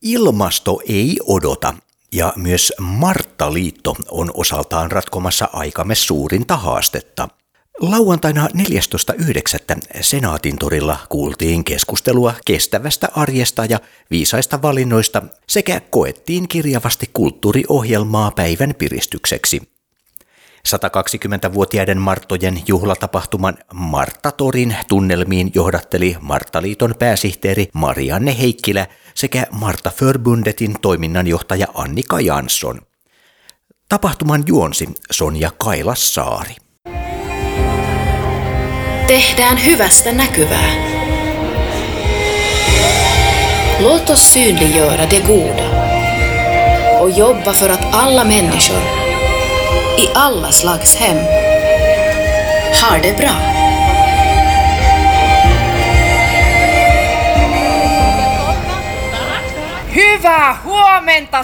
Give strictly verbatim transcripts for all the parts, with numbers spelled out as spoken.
Ilmasto ei odota, ja myös Marttaliitto on osaltaan ratkomassa aikamme suurinta haastetta. Lauantaina neljästoista yhdeksättä Senaatintorilla kuultiin keskustelua kestävästä arjesta ja viisaista valinnoista sekä koettiin kirjavasti kulttuuriohjelmaa päivän piristykseksi. satakaksikymmentävuotiaiden Marttojen juhlatapahtuman Marttatorin tunnelmiin johdatteli Marttaliiton pääsihteeri Marianne Heikkilä sekä Marttaförbundetin toiminnanjohtaja Annika Jansson. Tapahtuman juonsi Sonja Kailassaari. Tehdään hyvästä näkyvää. Låt oss synliggöra det goda och jobba för att alla människor i alla slags hem har det bra. Hyvää huomenta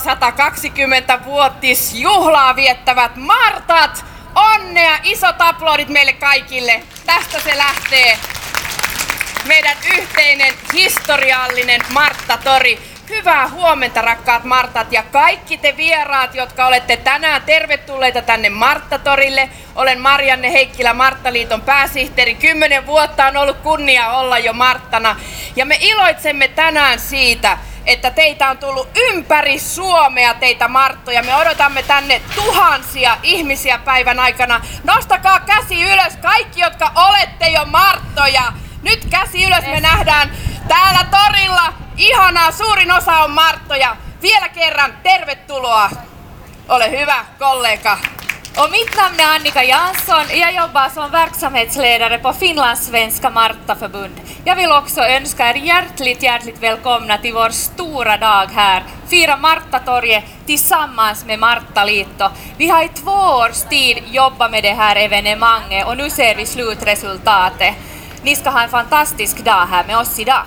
satakaksikymmentävuotisjuhlaa viettävät Martat! Onnea, isot aplodit meille kaikille. Tästä se lähtee. Meidän yhteinen historiallinen Marttatori. Hyvää huomenta, rakkaat Martat ja kaikki te vieraat, jotka olette tänään tervetulleita tänne Marttatorille. Olen Marianne Heikkilä, Marttaliiton pääsihteeri. Kymmenen vuotta on ollut kunnia olla jo Marttana. Ja me iloitsemme tänään siitä, että teitä on tullut ympäri Suomea, teitä Marttoja. Me odotamme tänne tuhansia ihmisiä päivän aikana. Nostakaa käsi ylös, kaikki, jotka olette jo Marttoja. Nyt käsi ylös, me nähdään täällä torilla. Ihanaa, suurin osa on Marttoja. Vielä kerran tervetuloa. Ole hyvä, kollega. Och mitt namn är Annika Jansson. Jag jobbar som verksamhetsledare på Finlandssvenska Marttaförbund. Jag vill också önska er hjärtligt, hjärtligt välkomna till vår stora dag här. Fira Marttatorget tillsammans med Marttaliitto. Vi har i två års tid jobbat med det här evenemanget och nu ser vi slutresultatet. Ni ska ha en fantastisk dag här med oss idag.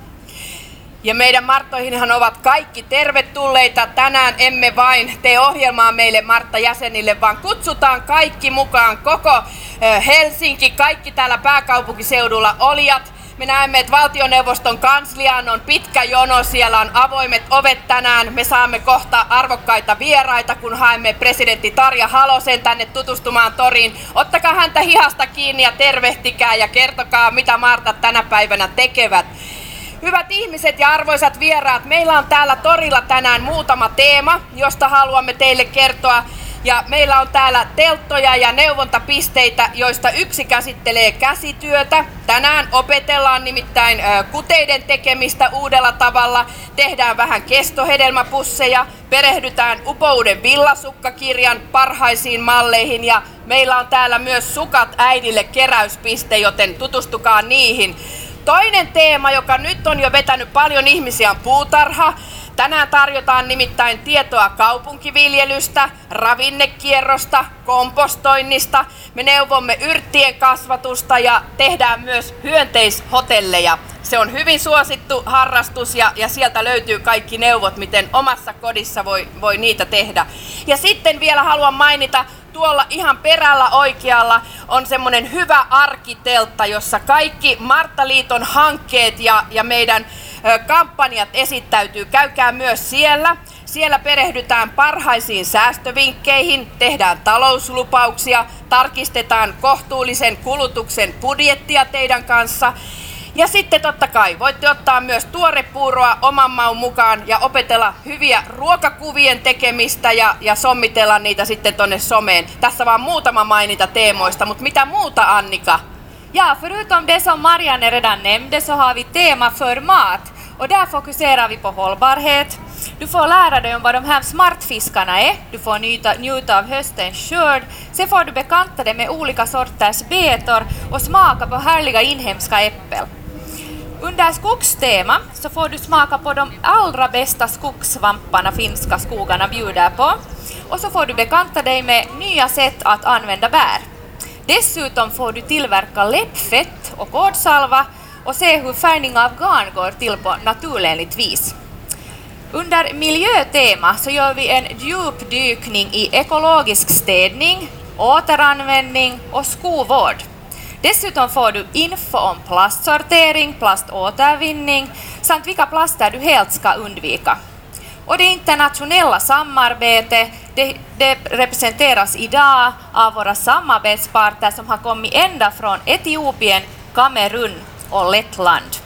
Ja meidän Marttoihinhan ovat kaikki tervetulleita. Tänään emme vain tee ohjelmaa meille Martta-jäsenille, vaan kutsutaan kaikki mukaan, koko Helsinki, kaikki täällä pääkaupunkiseudulla olijat. Me näemme, että valtioneuvoston kansliaan on pitkä jono, siellä on avoimet ovet tänään. Me saamme kohta arvokkaita vieraita, kun haemme presidentti Tarja Halosen tänne tutustumaan toriin. Ottakaa häntä hihasta kiinni ja tervehtikää ja kertokaa, mitä Martat tänä päivänä tekevät. Hyvät ihmiset ja arvoisat vieraat, meillä on täällä torilla tänään muutama teema, josta haluamme teille kertoa. Ja meillä on täällä telttoja ja neuvontapisteitä, joista yksi käsittelee käsityötä. Tänään opetellaan nimittäin kuteiden tekemistä uudella tavalla. Tehdään vähän kestohedelmäpusseja, perehdytään Upouden villasukkakirjan parhaisiin malleihin. Ja meillä on täällä myös Sukat äidille keräyspiste, joten tutustukaa niihin. Toinen teema, joka nyt on jo vetänyt paljon ihmisiä, on puutarha. Tänään tarjotaan nimittäin tietoa kaupunkiviljelystä, ravinnekierrosta, kompostoinnista. Me neuvomme yrttien kasvatusta ja tehdään myös hyönteishotelleja. Se on hyvin suosittu harrastus ja, ja sieltä löytyy kaikki neuvot, miten omassa kodissa voi, voi niitä tehdä. Ja sitten vielä haluan mainita, tuolla ihan perällä oikealla on semmoinen hyvä arkiteltta, jossa kaikki Marttaliiton hankkeet ja, ja meidän ö, kampanjat esittäytyy. Käykää myös siellä. Siellä perehdytään parhaisiin säästövinkkeihin, tehdään talouslupauksia, tarkistetaan kohtuullisen kulutuksen budjettia teidän kanssa. Ja sitten totta kai voitte ottaa myös tuorepuuroa oman maun mukaan ja opetella hyviä ruokakuvien tekemistä ja, ja sommitella niitä sitten tonne someen. Tässä vaan muutama mainita teemoista, mutta mitä muuta, Annika? Ja, förutom det som Marianne redan nämnde så har vi tema för mat. Och där fokuserar vi på hållbarhet. Du får lära dig om vad de här smartfiskarna är. Du får njuta, njuta av höstens skörd. Sen får du bekanta dig med olika sorters betor och smaka på härliga inhemska äppel. Under skogstema så får du smaka på de allra bästa skogssvamparna finska skogarna bjuder på. Och så får du bekanta dig med nya sätt att använda bär. Dessutom får du tillverka läppfett och kådsalva och se hur färgning av garn går till på naturligt vis. Under miljötema så gör vi en djupdykning i ekologisk städning, återanvändning och skovård. Dessutom får du info om plastsortering, plaståtervinning samt vilka plaster du helt ska undvika. Och det internationella samarbetet, det, det representeras idag av våra samarbetspartner som har kommit ända från Etiopien, Kamerun och Lettland.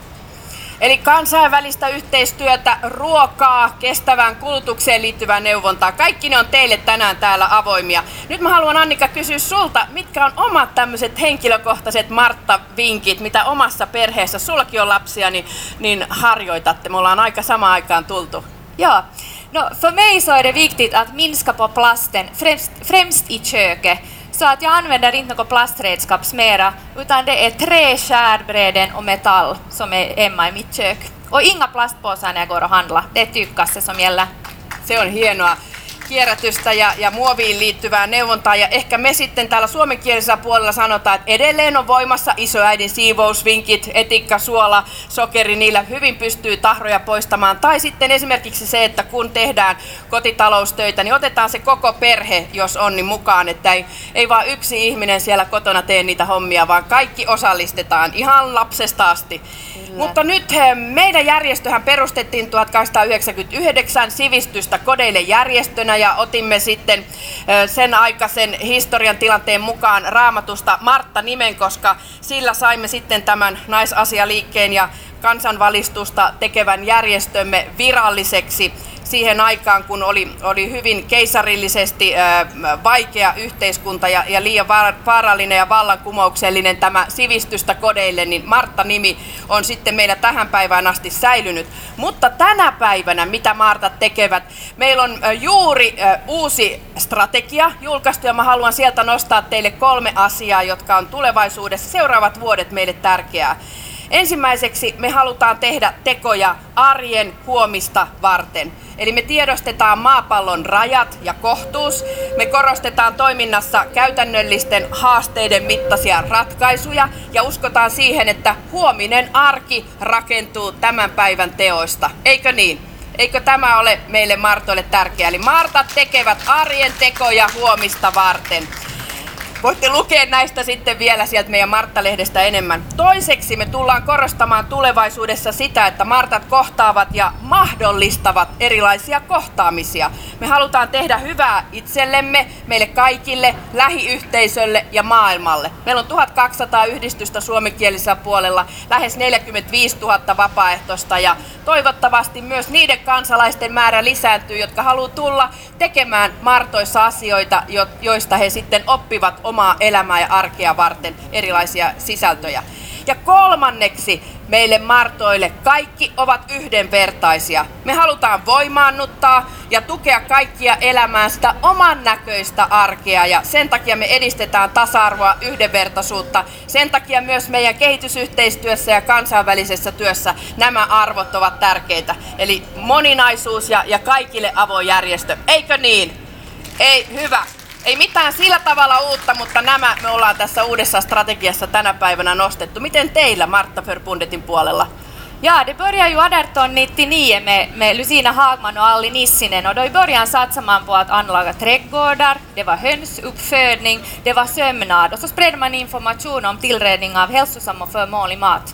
Eli kansainvälistä yhteistyötä, ruokaa, kestävään kulutukseen liittyvää neuvontaa. Kaikki ne on teille tänään täällä avoimia. Nyt mä haluan, Annika, kysyä sulta, mitkä on omat tämmöiset henkilökohtaiset Martta-vinkit, mitä omassa perheessä, sullakin on lapsia, niin, niin harjoitatte. Me ollaan aika samaan aikaan tultu. Ja, no, för mig så är det viktigt att minska på plasten, främst, främst i köket. Så att jag använder inte något plastredskaps mera, utan det är trä, skärbräden och metall som är hemma i mitt kök. Och inga plastpåsar när jag går och handlar. Det är tykkasse som gäller. Se on hienoa. Kierrätystä ja, ja muoviin liittyvää neuvontaa, ja ehkä me sitten täällä suomenkielisellä puolella sanotaan, että edelleen on voimassa isoäidin siivousvinkit, etikka, suola, sokeri, niillä hyvin pystyy tahroja poistamaan. Tai sitten esimerkiksi se, että kun tehdään kotitaloustöitä, niin otetaan se koko perhe, jos on, niin mukaan, että ei, ei vaan yksi ihminen siellä kotona tee niitä hommia, vaan kaikki osallistetaan ihan lapsesta asti. Kyllä. Mutta nyt meidän järjestöhän perustettiin tuhatkahdeksansataayhdeksänkymmentäyhdeksän sivistystä kodeille järjestönä, ja otimme sitten sen aikaisen historian tilanteen mukaan Raamatusta Martta-nimen, koska sillä saimme sitten tämän naisasialiikkeen ja kansanvalistusta tekevän järjestömme viralliseksi siihen aikaan, kun oli, oli hyvin keisarillisesti ää, vaikea yhteiskunta ja, ja liian vaarallinen ja vallankumouksellinen tämä sivistystä kodeille, niin Martta-nimi on sitten meillä tähän päivään asti säilynyt. Mutta tänä päivänä, mitä Martat tekevät, meillä on ä, juuri ä, uusi strategia julkaistu, ja mä haluan sieltä nostaa teille kolme asiaa, jotka on tulevaisuudessa seuraavat vuodet meille tärkeää. Ensimmäiseksi me halutaan tehdä tekoja arjen huomista varten. Eli me tiedostetaan maapallon rajat ja kohtuus. Me korostetaan toiminnassa käytännöllisten haasteiden mittaisia ratkaisuja ja uskotaan siihen, että huominen arki rakentuu tämän päivän teoista. Eikö niin? Eikö tämä ole meille Martoille tärkeää? Eli Martat tekevät arjen tekoja huomista varten. Voitte lukea näistä sitten vielä sieltä meidän Martta-lehdestä enemmän. Toiseksi me tullaan korostamaan tulevaisuudessa sitä, että Martat kohtaavat ja mahdollistavat erilaisia kohtaamisia. Me halutaan tehdä hyvää itsellemme, meille kaikille, lähiyhteisölle ja maailmalle. Meillä on tuhatkaksisataa yhdistystä suomenkielisellä puolella, lähes neljäkymmentäviisituhatta vapaaehtoista, ja toivottavasti myös niiden kansalaisten määrä lisääntyy, jotka haluaa tulla tekemään Martoissa asioita, joista he sitten oppivat omaa elämää ja arkea varten erilaisia sisältöjä. Ja kolmanneksi meille Martoille kaikki ovat yhdenvertaisia. Me halutaan voimaannuttaa ja tukea kaikkia elämään sitä oman näköistä arkea, ja sen takia me edistetään tasa-arvoa, yhdenvertaisuutta. Sen takia myös meidän kehitysyhteistyössä ja kansainvälisessä työssä nämä arvot ovat tärkeitä. Eli moninaisuus ja, ja kaikille avoin järjestö. Eikö niin? Ei, hyvä. Ei mitään sillä tavalla uutta, mutta nämä me ollaan tässä uudessa strategiassa tänä päivänä nostettu. Miten teillä Marttaförbundetin puolella? Ja, det började ju arton nittionio med, med Lucina Hagman och Alli Nissinen, och då i början satsade man på att anlaga trädgårdar, det var hönsuppfödning, det var sömnad, och så spred man information om tillredning av hälsosam och förmånlig mat.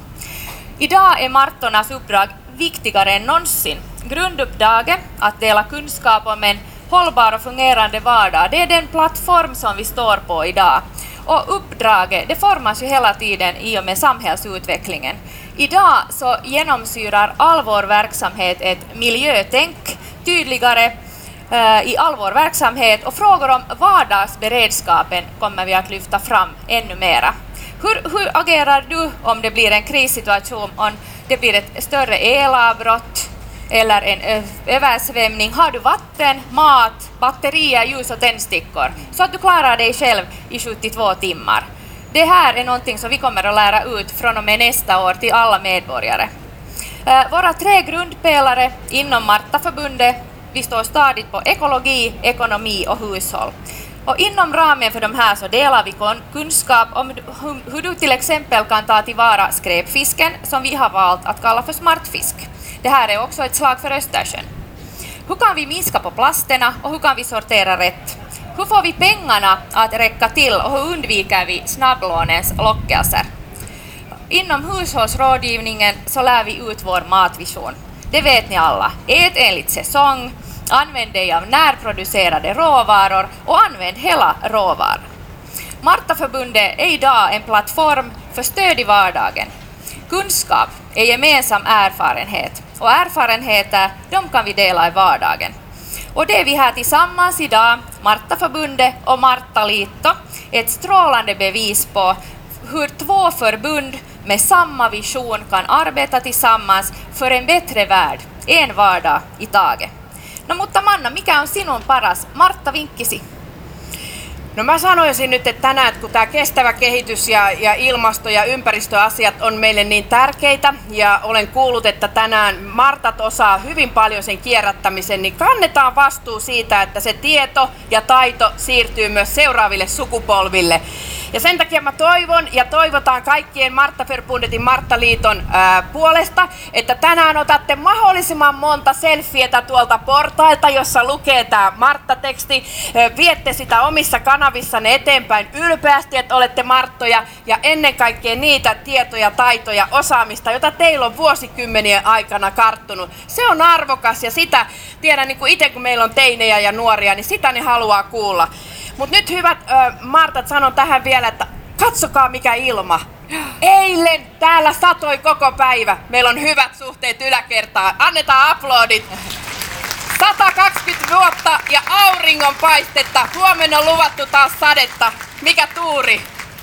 Idag är Martornas uppdrag viktigare än någonsin. Grunduppdraget, att dela kunskap om en hållbar och fungerande vardag, det är den plattform som vi står på idag. Och uppdraget, det formas ju hela tiden i och med samhällsutvecklingen. Idag så genomsyrar all vår verksamhet ett miljötänk tydligare eh, i all vår verksamhet, och frågor om vardagsberedskapen kommer vi att lyfta fram ännu mera. Hur, hur agerar du om det blir en krissituation, om det blir ett större elavbrott eller en översvämning? Har du vatten, mat, batterier, ljus och tändstickor så att du klarar dig själv i sjuttiotvå timmar? Det här är någonting som vi kommer att lära ut från och med nästa år till alla medborgare. Våra tre grundpelare inom Martaförbundet, vi står stadigt på ekologi, ekonomi och hushåll. Och inom ramen för de här så delar vi kunskap om hur du till exempel kan ta tillvara skräpfisken som vi har valt att kalla för smartfisk. Det här är också ett slag för Östersjön. Hur kan vi minska på plasterna och hur kan vi sortera rätt? Hur får vi pengarna att räcka till och hur undviker vi snabblånens lockelser? Inom hushållsrådgivningen så lär vi ut vår matvision. det vet ni alla. Ät enligt säsong, använd dig av närproducerade råvaror och använd hela råvaror. Martaförbundet är idag en plattform för stöd i vardagen. Kunskap är gemensam erfarenhet och erfarenheter de kan vi dela i vardagen. Och det är vi här tillsammans idag, Martaförbundet och Martaliitto, ett strålande bevis på hur två förbund med samma vision kan arbeta tillsammans för en bättre värld, en vardag i taget. No mutta Manna, mikä on sinun paras Martta-vinkkisi? No mä sanoisin nyt, että tänään, että kun tämä kestävä kehitys ja, ja ilmasto- ja ympäristöasiat on meille niin tärkeitä, ja olen kuullut, että tänään Martat osaa hyvin paljon sen kierrättämisen, niin kannetaan vastuu siitä, että se tieto ja taito siirtyy myös seuraaville sukupolville. Ja sen takia mä toivon ja toivotaan kaikkien Martaförbundetin Marttaliiton ää, puolesta, että tänään otatte mahdollisimman monta selfietä tuolta portailta, jossa lukee tämä Martta-teksti. Ää, viette sitä omissa kanavissanne eteenpäin ylpeästi, että olette Marttoja, ja ennen kaikkea niitä tietoja, taitoja, osaamista, jota teillä on vuosikymmenien aikana karttunut. Se on arvokas, ja sitä tiedän niin kuin itse, kun meillä on teinejä ja nuoria, niin sitä ne haluaa kuulla. Mutta nyt hyvät ö, Martat, sanon tähän vielä, että katsokaa mikä ilma. Eilen täällä satoi koko päivä. Meillä on hyvät suhteet yläkertaan. Annetaan aplodit. sata kaksikymmentä vuotta ja auringon paistetta. Huomenna on luvattu taas sadetta. Mikä tuuri?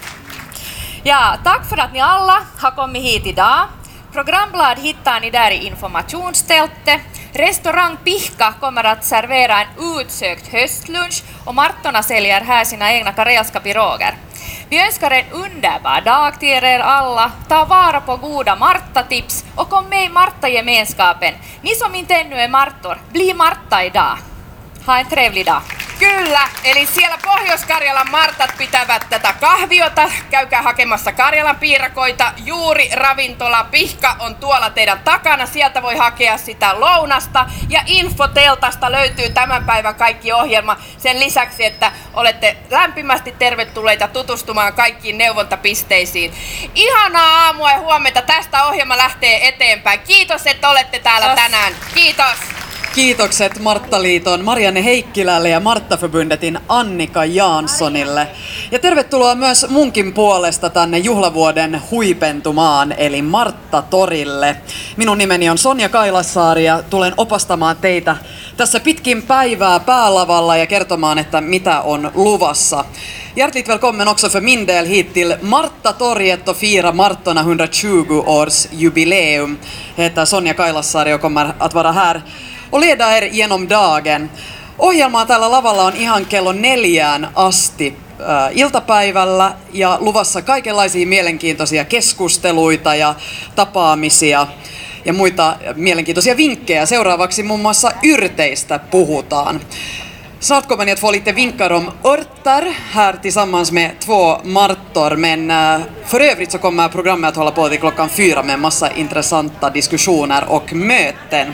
Ja, tack för att ni alla har kommit hit idag. Programblad hittar ni där i informationsstältet. Restaurang Pihka kommer att servera en utsökt höstlunch och Martorna säljer här sina egna karelska piroger. Vi önskar en underbar dag till er alla. Ta vara på goda Marta-tips och kom med i Marta-gemenskapen. Ni som inte ännu är Martor, bli Marta idag. Ha en trevlig dag. Kyllä, eli siellä Pohjois-Karjalan Martat pitävät tätä kahviota. Käykää hakemassa Karjalan piirakoita. Juuri ravintola Pihka on tuolla teidän takana. Sieltä voi hakea sitä lounasta. Ja Infoteltasta löytyy tämän päivän kaikki ohjelma. Sen lisäksi, että olette lämpimästi tervetulleita tutustumaan kaikkiin neuvontapisteisiin. Ihanaa aamua ja huomenta. Tästä ohjelma lähtee eteenpäin. Kiitos, että olette täällä tänään. Kiitos. Kiitokset Marttaliiton Marianne Heikkilälle ja Martaförbundetin Annika Janssonille. Ja tervetuloa myös munkin puolesta tänne juhlavuoden huipentumaan, eli Martta-torille. Minun nimeni on Sonja Kailassaari ja tulen opastamaan teitä tässä pitkin päivää päälavalla ja kertomaan, että mitä on luvassa. Hjärtligt välkommen också för min del hit till Martta-torget och fira Martorna hundratjugo års jubileum. Jag heter Sonja Kailassaari och kommer att vara här och leda er genom dagen. Ohjelmaa täällä lavalla on ihan kello neljään asti äh, iltapäivällä ja luvassa kaikenlaisia mielenkiintoisia keskusteluita ja tapaamisia ja muita mielenkiintoisia vinkkejä. Seuraavaksi muun muassa yrteistä puhutaan. Snart kommer ni att få lite vinkar om örter här tillsammans med två Martor, men äh, för övrigt så kommer programmet att hålla på till klockan fyra med en massa intressanta diskussioner och möten.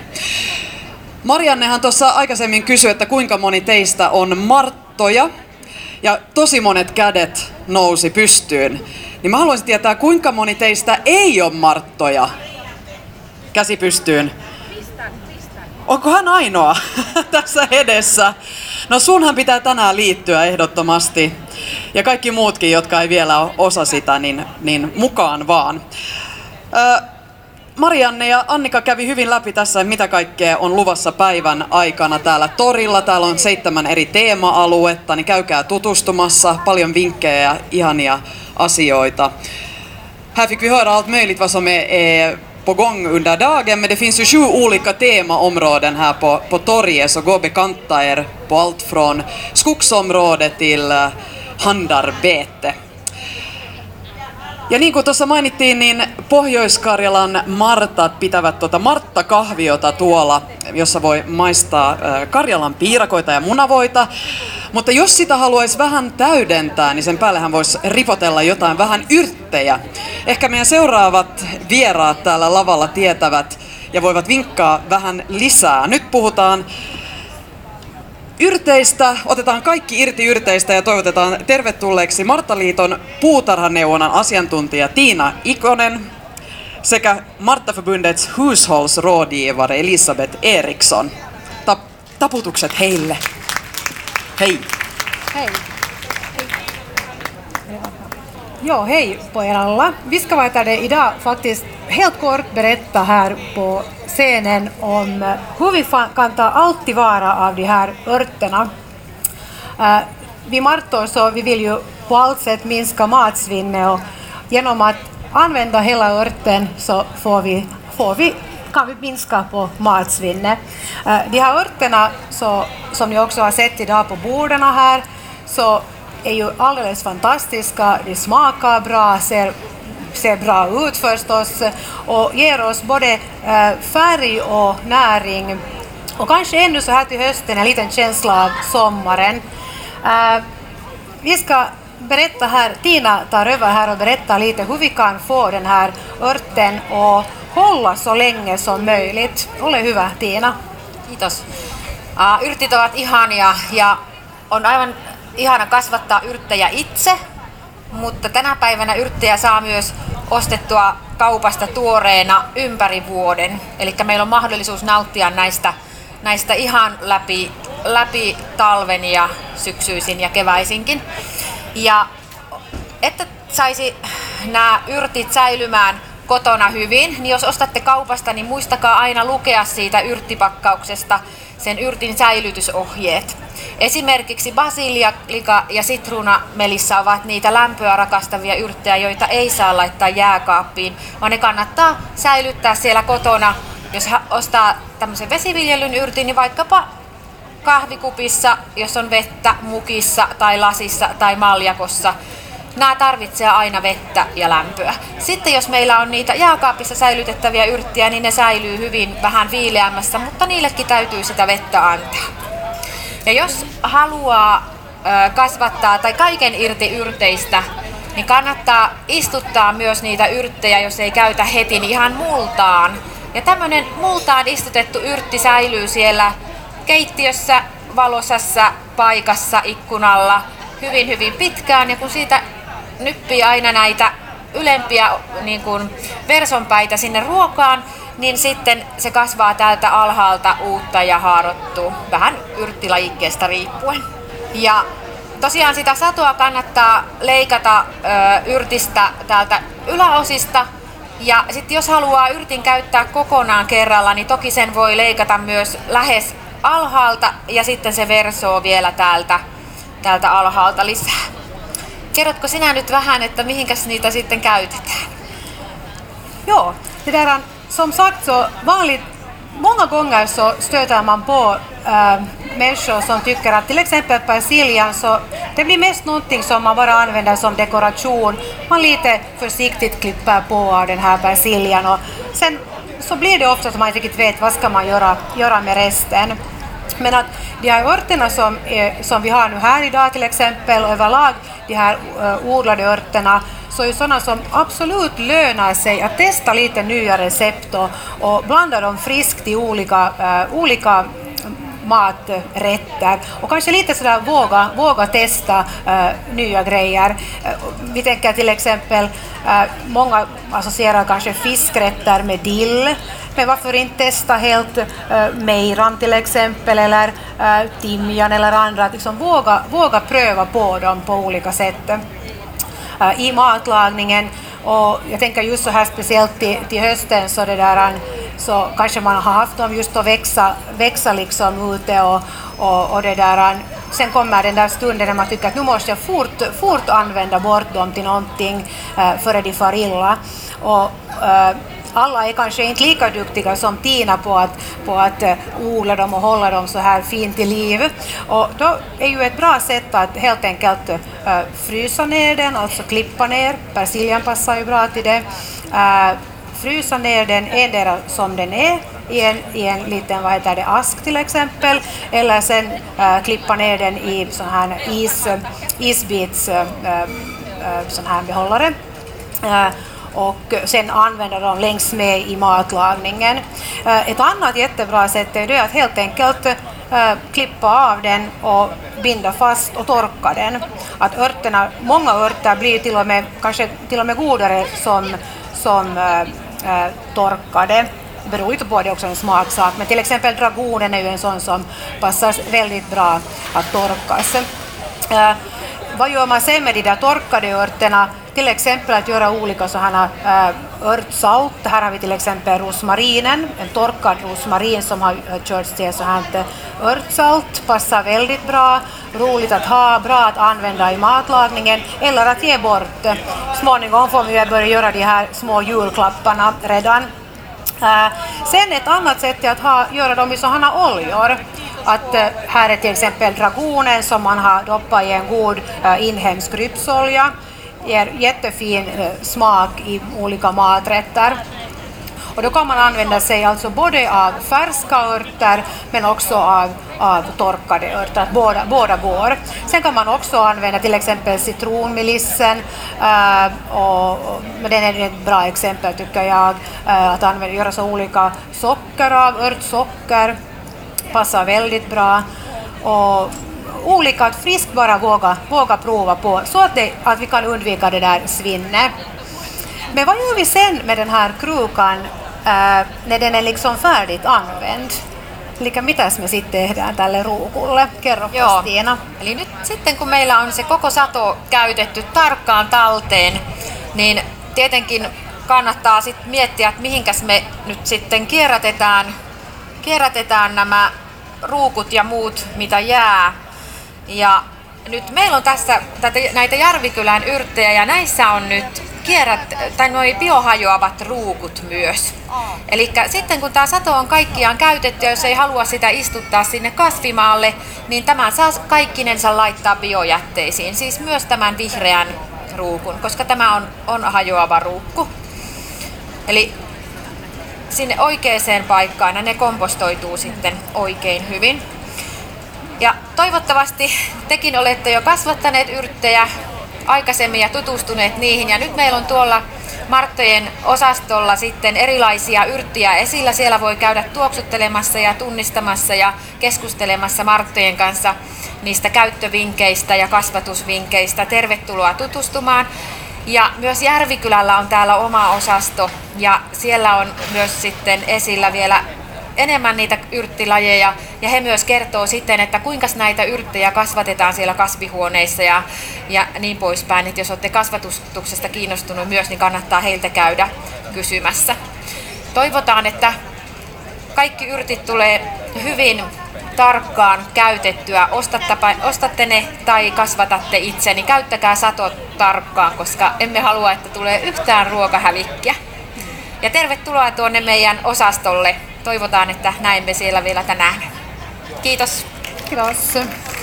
Mariannehan tuossa aikaisemmin kysyi, että kuinka moni teistä on Marttoja, ja tosi monet kädet nousi pystyyn. Niin mä haluaisin tietää, kuinka moni teistä ei ole Marttoja. Käsi pystyyn. Onko hän ainoa tässä edessä? No sunhan pitää tänään liittyä ehdottomasti. Ja kaikki muutkin, jotka ei vielä ole osa sitä, niin, niin mukaan vaan. Ö, Marianne ja Annika kävi hyvin läpi tässä, mitä kaikkea on luvassa päivän aikana täällä torilla. Täällä on seitsemän eri teema-aluetta, niin käykää tutustumassa. Paljon vinkkejä ja ihania asioita. Här fick vi höra allt möjligt vad som är, är på gång under dagen, men det finns ju sju olika temaområden här på, på torget, så gå och bekanta er på allt från skogsområde till uh, handarbete. Ja niin kuin tuossa mainittiin, niin Pohjois-Karjalan Martat pitävät tuota Martta-kahviota tuolla, jossa voi maistaa uh, Karjalan piirakoita ja munavoita. Mutta jos sitä haluaisi vähän täydentää, niin sen päällähän voisi ripotella jotain vähän yrttejä. Ehkä meidän seuraavat vieraat täällä lavalla tietävät ja voivat vinkkaa vähän lisää. Nyt puhutaan yrteistä, otetaan kaikki irti yrteistä ja toivotetaan tervetulleeksi Marttaliiton puutarhaneuvonnan asiantuntija Tiina Ikonen sekä Marttaförbundets hushållsrådgivare Elisabeth Eriksson. Tap- taputukset heille. Hej! Hej! Ja, hej på er alla. Vi ska vad heter det, idag faktiskt helt kort berätta här på scenen om hur vi fa- kan ta allt tillvara av de här örterna. Uh, vi martor så vi vill ju på allt sätt minska matsvinnet och genom att använda hela örten så får vi, får vi, kan vi minska på matsvinnet. Uh, de här örterna så, som ni också har sett idag på borden här så är ju alldeles fantastiska, de smakar bra, ser, ser bra ut förstås och ger oss både uh, färg och näring och kanske ännu så här till hösten en liten känsla av sommaren. Uh, vi ska berätta här, Tina tar över här och berättar lite hur vi kan få den här örten att hålla så länge som möjligt. Ole hyvä, Tiina. Kiitos. Uh, yrtit ovat ihania ja on aivan ihana kasvattaa yrttejä itse, mutta tänä päivänä yrttejä saa myös ostettua kaupasta tuoreena ympäri vuoden. Eli meillä on mahdollisuus nauttia näistä, näistä ihan läpi, läpi talven ja syksyisin ja keväisinkin. Ja että saisi nämä yrtit säilymään kotona hyvin, niin jos ostatte kaupasta, niin muistakaa aina lukea siitä yrttipakkauksesta sen yrtin säilytysohjeet. Esimerkiksi basiliaka ja sitruunamelissa ovat niitä lämpöä rakastavia yrttejä, joita ei saa laittaa jääkaappiin, vaan ne kannattaa säilyttää siellä kotona. Jos ostaa tämmöisen vesiviljelyn yrtin, niin vaikkapa kahvikupissa, jos on vettä mukissa tai lasissa tai maljakossa. Nämä tarvitsee aina vettä ja lämpöä. Sitten jos meillä on niitä jääkaapissa säilytettäviä yrttiä, niin ne säilyy hyvin vähän viileämmässä, mutta niillekin täytyy sitä vettä antaa. Ja jos haluaa kasvattaa tai kaiken irti yrteistä, niin kannattaa istuttaa myös niitä yrttejä, jos ei käytä heti, niin ihan multaan. Ja tämmöinen multaan istutettu yrtti säilyy siellä keittiössä, valosassa paikassa, ikkunalla hyvin hyvin pitkään. Ja kun siitä nyppii aina näitä ylempiä niin kuin versonpäitä sinne ruokaan, niin sitten se kasvaa täältä alhaalta uutta ja haarottuu, vähän yrttilajikkeesta riippuen. Ja tosiaan sitä satoa kannattaa leikata ö, yrtistä täältä yläosista. Ja sitten jos haluaa yrtin käyttää kokonaan kerralla, niin toki sen voi leikata myös lähes alhaalta ja sitten se versoo vielä täältä, täältä alhaalta lisää. Kerrotko sinä nyt vähän, että mihinkäs niitä sitten käytetään? Ja, det där är, som sagt så vanligt, många gånger så stöter man på äh, människor som tycker att till exempel persiljan så det blir mest någonting som man bara använder som dekoration. Man lite försiktigt klipper på av den här persiljan och sen så blir det ofta att man inte riktigt vet vad ska man göra, göra med resten. Men att de här örterna som, är, som vi har nu här idag till exempel och överlag de här uh, odlade örterna så är sådana som absolut lönar sig att testa lite nya recept och, och blanda dem friskt i olika, uh, olika maträtter och kanske lite sådär våga, våga testa uh, nya grejer. Uh, vi tänker till exempel, uh, många associerar kanske fiskrätter med dill, men varför inte testa helt uh, mejran till exempel eller uh, timjan eller andra, att liksom våga, våga pröva på dem på olika sätt uh, i matlagningen. Och jag tänker just så här speciellt till, till hösten så det där så kanske man har haft dem just att växa, växa liksom ute och, och, och det där. Sen kommer den där stunden när man tycker att nu måste jag fort, fort använda bort dem till någonting äh, före de far illa. Och, äh, alla är kanske inte lika duktiga som Tina på att, på att äh, odla dem och hålla dem så här fint i liv. Och då är ju ett bra sätt att helt enkelt äh, frysa ner den, alltså klippa ner. Persiljan passar ju bra till det. Äh, frysa ner den endera som den är i en, i en liten vad heter det, ask till exempel, eller sen äh, klippa ner den i sån här is, isbits äh, äh, sån här behållare äh, och sen använda dem längs med i matlagningen. Äh, ett annat jättebra sätt är det att helt enkelt äh, klippa av den och binda fast och torka den. Att örterna, många örter blir till och med, kanske till och med godare som som äh, torkade. Det beror ju på, det också en smaksak, men till exempel dragonen är ju en sån som passar väldigt bra att torkas. Äh, vad gör man sen med de där torkade örterna? Till exempel att göra olika sådana äh, örtsalt. Här har vi till exempel rosmarinen, en torkad rosmarin som har körts till så här örtsalt. Passar väldigt bra, roligt att ha, bra att använda i matlagningen eller att ge bort. Småningom får vi börja göra de här små julklapparna redan. Äh, sen ett annat sätt är att ha, göra dem i sådana oljor. Att, äh, här är till exempel dragonen som man har doppat i en god äh, inhemsk rypsolja. Ger jättefin äh, smak i olika maträtter. Och då kan man använda sig alltså både av färska örter men också av, av torkade örter. Båda, båda går. Sen kan man också använda till exempel citronmelissen. Äh, och, och, men den är ett bra exempel tycker jag. Äh, att använda, göra så olika socker av örtsocker. Passar väldigt bra. Och olika att friskt bara våga, våga prova på så att, det, att vi kan undvika det där svinnet. Men vad gör vi sen med den här krukan äh, när den är liksom färdigt använd? Eli mitäs me sitten tehdään tälle ruukulle? Kerro Stina. Eli nyt sitten kun meillä on se koko sato käytetty tarkkaan talteen, niin tietenkin kannattaa sit miettiä, että mihinkäs me nyt sitten kierrätetään, kierrätetään nämä ruukut ja muut, mitä jää. Ja nyt meillä on tässä tätä, näitä Järvikylän yrttejä ja näissä on nyt kierrät, tai noi biohajoavat ruukut myös. Eli sitten kun tämä sato on kaikkiaan käytetty ja jos ei halua sitä istuttaa sinne kasvimaalle, niin tämän saa kaikkinensa laittaa biojätteisiin, siis myös tämän vihreän ruukun, koska tämä on, on hajoava ruukku. Eli sinne oikeaan paikkaan ja ne kompostoituu sitten oikein hyvin. Ja toivottavasti tekin olette jo kasvattaneet yrttejä aikaisemmin ja tutustuneet niihin. Ja nyt meillä on tuolla Marttojen osastolla sitten erilaisia yrttiä esillä. Siellä voi käydä tuoksuttelemassa ja tunnistamassa ja keskustelemassa Marttojen kanssa niistä käyttövinkkeistä ja kasvatusvinkkeistä. Tervetuloa tutustumaan. Ja myös Järvikylällä on täällä oma osasto ja siellä on myös sitten esillä vielä enemmän niitä yrttilajeja ja he myös kertoo sitten, että kuinka näitä yrttejä kasvatetaan siellä kasvihuoneissa ja, ja niin poispäin. Että jos olette kasvatuksesta kiinnostunut myös, niin kannattaa heiltä käydä kysymässä. Toivotaan, että kaikki yrtit tulee hyvin tarkkaan käytettyä. Ostatte ne tai kasvatatte itse, niin käyttäkää sato tarkkaan, koska emme halua, että tulee yhtään ruokahävikkiä. Ja tervetuloa tuonne meidän osastolle. Toivotaan, että näemme siellä vielä tänään. Kiitos. Kiitos.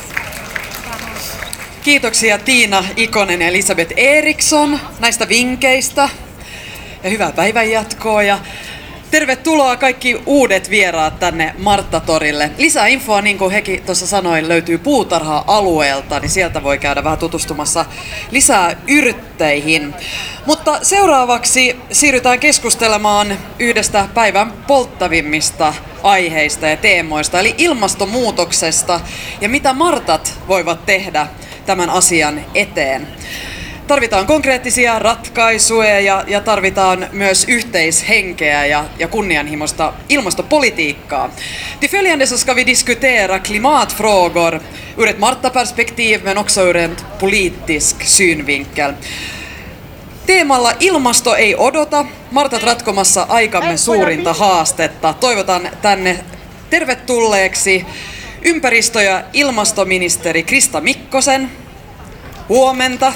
Kiitoksia Tiina Ikonen ja Elisabeth Eriksson näistä vinkkeistä. Ja hyvää päivänjatkoa. Ja tervetuloa kaikki uudet vieraat tänne Marttatorille. Lisää infoa, niin kuin Heki tuossa sanoi, löytyy puutarha-alueelta, niin sieltä voi käydä vähän tutustumassa lisää yrtteihin. Mutta seuraavaksi siirrytään keskustelemaan yhdestä päivän polttavimmista aiheista ja teemoista, eli ilmastonmuutoksesta ja mitä Martat voivat tehdä tämän asian eteen. Tarvitaan konkreettisia ratkaisuja ja, ja tarvitaan myös yhteishenkeä ja, ja kunnianhimoista ilmastopolitiikkaa. Till följande så ska vi diskutera klimatfrågor ur ett Marta-perspektiv men också ur en politisk synvinkel. Teemalla Ilmasto ei odota, Martat ratkomassa aikamme suurinta haastetta. Toivotan tänne tervetulleeksi ympäristö- ja ilmastoministeri Krista Mikkosen. Huomenta.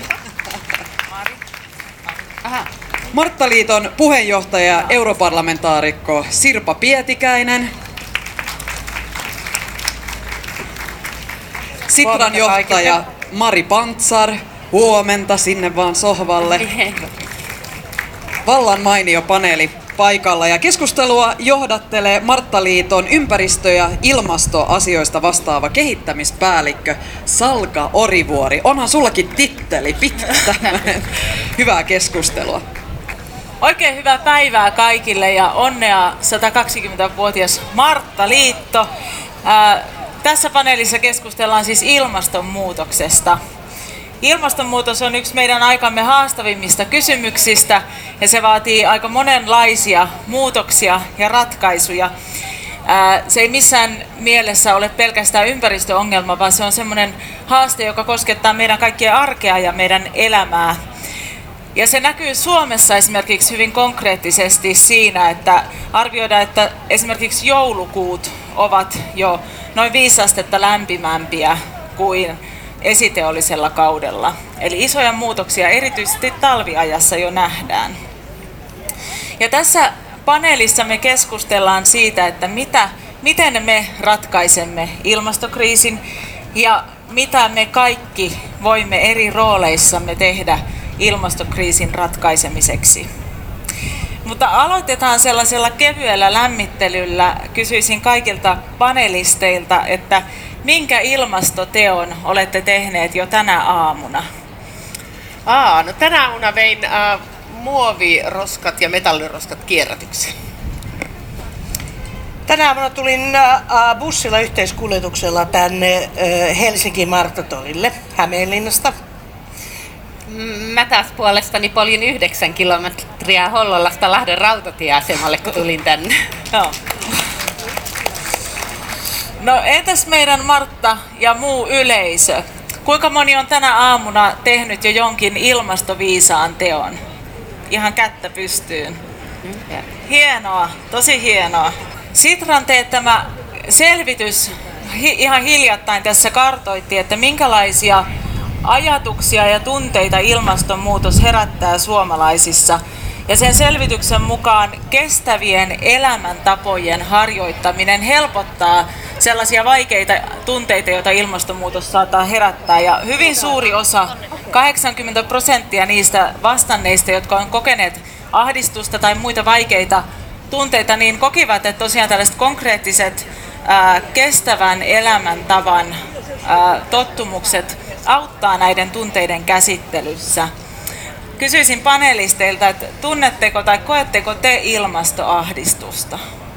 Marttaliiton puheenjohtaja europarlamentaarikko Sirpa Pietikäinen. Sitran johtaja Mari Pantsar. Huomenta sinne vaan sohvalle. Vallan mainio paneeli paikalla ja keskustelua johdattelee Marttaliiton ympäristö- ja ilmastoasioista vastaava kehittämispäällikkö Salka Orivuori. Onhan sullakin titteli pitkä tämmöinen. Hyvää keskustelua. Oikein hyvää päivää kaikille ja onnea satakaksikymmentävuotias Marttaliitto. Ää, tässä paneelissa keskustellaan siis ilmastonmuutoksesta. Ilmastonmuutos on yksi meidän aikamme haastavimmista kysymyksistä ja se vaatii aika monenlaisia muutoksia ja ratkaisuja. Se ei missään mielessä ole pelkästään ympäristöongelma, vaan se on semmoinen haaste, joka koskettaa meidän kaikkien arkea ja meidän elämää. Ja se näkyy Suomessa esimerkiksi hyvin konkreettisesti siinä, että arvioidaan, että esimerkiksi joulukuut ovat jo noin viisi astetta lämpimämpiä kuin esiteollisella kaudella. Eli isoja muutoksia erityisesti talviajassa jo nähdään. Ja tässä paneelissa me keskustellaan siitä, että mitä, miten me ratkaisemme ilmastokriisin ja mitä me kaikki voimme eri rooleissamme tehdä ilmastokriisin ratkaisemiseksi. Mutta aloitetaan sellaisella kevyellä lämmittelyllä. Kysyisin kaikilta panelisteilta, että minkä ilmastoteon olette tehneet jo tänä aamuna? Aa, no tänä aamuna vein äh, muoviroskat ja metalliroskat kierrätykseen. Tänä aamuna tulin äh, bussilla yhteiskuljetuksella tänne äh, Helsingin Marttatorille Hämeenlinnasta. Mä taas puolestani poljin yhdeksän kilometriä Hollolasta Lahden rautatieasemalle, kun tulin tänne. No. No entäs meidän Martta ja muu yleisö? Kuinka moni on tänä aamuna tehnyt jo jonkin ilmastoviisaan teon? Ihan kättä pystyyn. Hienoa, tosi hienoa. Sitran teettämä selvitys hi- ihan hiljattain tässä kartoitti, että minkälaisia ajatuksia ja tunteita ilmastonmuutos herättää suomalaisissa. Ja sen selvityksen mukaan kestävien elämäntapojen harjoittaminen helpottaa sellaisia vaikeita tunteita, joita ilmastonmuutos saattaa herättää. Ja hyvin suuri osa, kahdeksankymmentä prosenttia niistä vastanneista, jotka on kokeneet ahdistusta tai muita vaikeita tunteita, niin kokivat, että tosiaan tällaiset konkreettiset ää, kestävän elämäntavan ää, tottumukset auttaa näiden tunteiden käsittelyssä. Kysyisin panelisteilta, että tunnetteko tai koetteko te ilmastoahdistusta?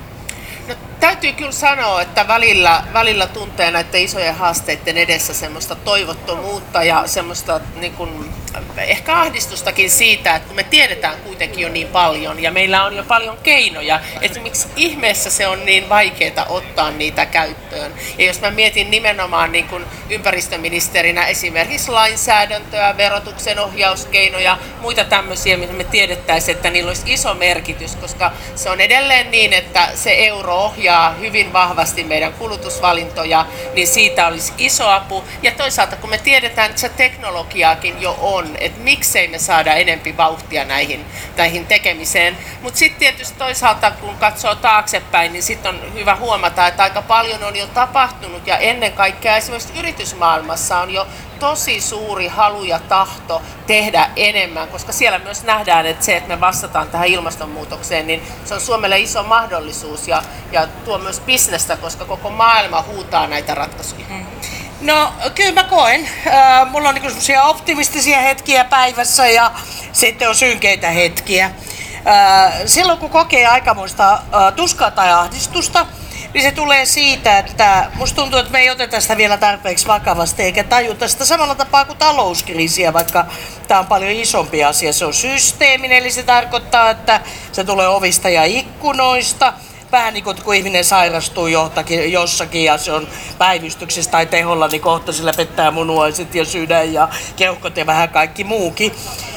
No, täytyy kyllä sanoa, että välillä, välillä tuntee näiden isojen haasteiden edessä semmoista toivottomuutta ja semmoista niin kuin, ehkä ahdistustakin siitä, että kun me tiedetään kuitenkin jo niin paljon ja meillä on jo paljon keinoja, että miksi ihmeessä se on niin vaikeaa ottaa niitä käyttöön. Ja jos mä mietin nimenomaan niin kuin ympäristöministerinä esimerkiksi lainsäädäntöä, verotuksen ohjauskeinoja, muita tämmöisiä, mitä me tiedettäisiin, että niillä olisi iso merkitys, koska se on edelleen niin, että se euro ohjaa hyvin vahvasti meidän kulutusvalintoja, niin siitä olisi iso apu. Ja toisaalta kun me tiedetään, että se teknologiaakin jo on, että miksei me saada enempi vauhtia näihin, näihin tekemiseen. Mutta sitten tietysti toisaalta kun katsoo taaksepäin, niin sitten on hyvä huomata, että aika paljon on jo tapahtunut ja ennen kaikkea esimerkiksi yritysmaailmassa on jo tosi suuri halu ja tahto tehdä enemmän, koska siellä myös nähdään, että se, että me vastataan tähän ilmastonmuutokseen, niin se on Suomelle iso mahdollisuus ja, ja tuo myös bisnestä, koska koko maailma huutaa näitä ratkaisuja. Mm. No kyllä mä koen. Äh, mulla on niinku semmosia optimistisia hetkiä päivässä ja sitten on synkeitä hetkiä. Äh, silloin kun kokee aikamoista äh, tuskaa tai ahdistusta, niin se tulee siitä, että musta tuntuu, että me ei oteta sitä vielä tarpeeksi vakavasti eikä tajuta sitä samalla tapaa kuin talouskriisiä, vaikka tämä on paljon isompi asia. Se on systeeminen, eli se tarkoittaa, että se tulee ovista ja ikkunoista. Vähän niin kuin kun ihminen sairastuu johtakin, jossakin ja se on päivystyksessä tai teholla, niin kohta sillä pettää munuaiset ja sydän ja keuhkot ja vähän kaikki muukin.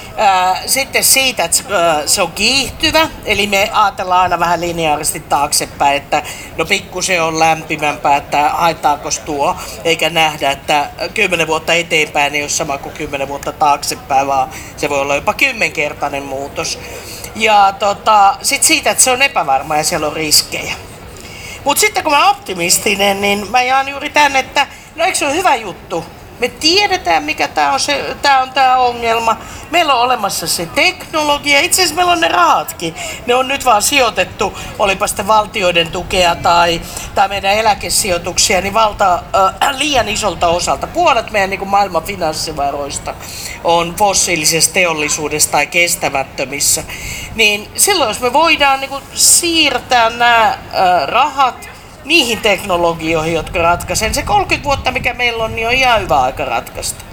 Sitten siitä, että se on kiihtyvä, eli me ajatellaan aina vähän lineaarisesti taaksepäin, että no pikkusen on lämpimämpää, että haittaako tuo, eikä nähdä, että kymmenen vuotta eteenpäin ei ole sama kuin kymmenen vuotta taaksepäin, vaan se voi olla jopa kymmenkertainen muutos. Ja tota, sitten siitä, että se on epävarma ja siellä on riskejä. Mutta sitten kun mä oon optimistinen, niin mä jaan juuri tän, että no eikö se ole hyvä juttu? Me tiedetään, mikä tämä on, se, tää on tää ongelma. Meillä on olemassa se teknologia. Itse asiassa meillä on ne rahatkin. Ne on nyt vaan sijoitettu, olipa sitten valtioiden tukea tai, tai meidän eläkesijoituksia, niin valta, äh, liian isolta osalta. Puolet meidän niin kuin maailman finanssivaroista on fossiilisessa teollisuudessa tai kestämättömissä. Niin silloin, jos me voidaan niin kuin siirtää nämä äh, rahat niihin teknologioihin, jotka ratkaisen. Se kolmekymmentä vuotta, mikä meillä on, niin on ihan hyvä aika ratkaista.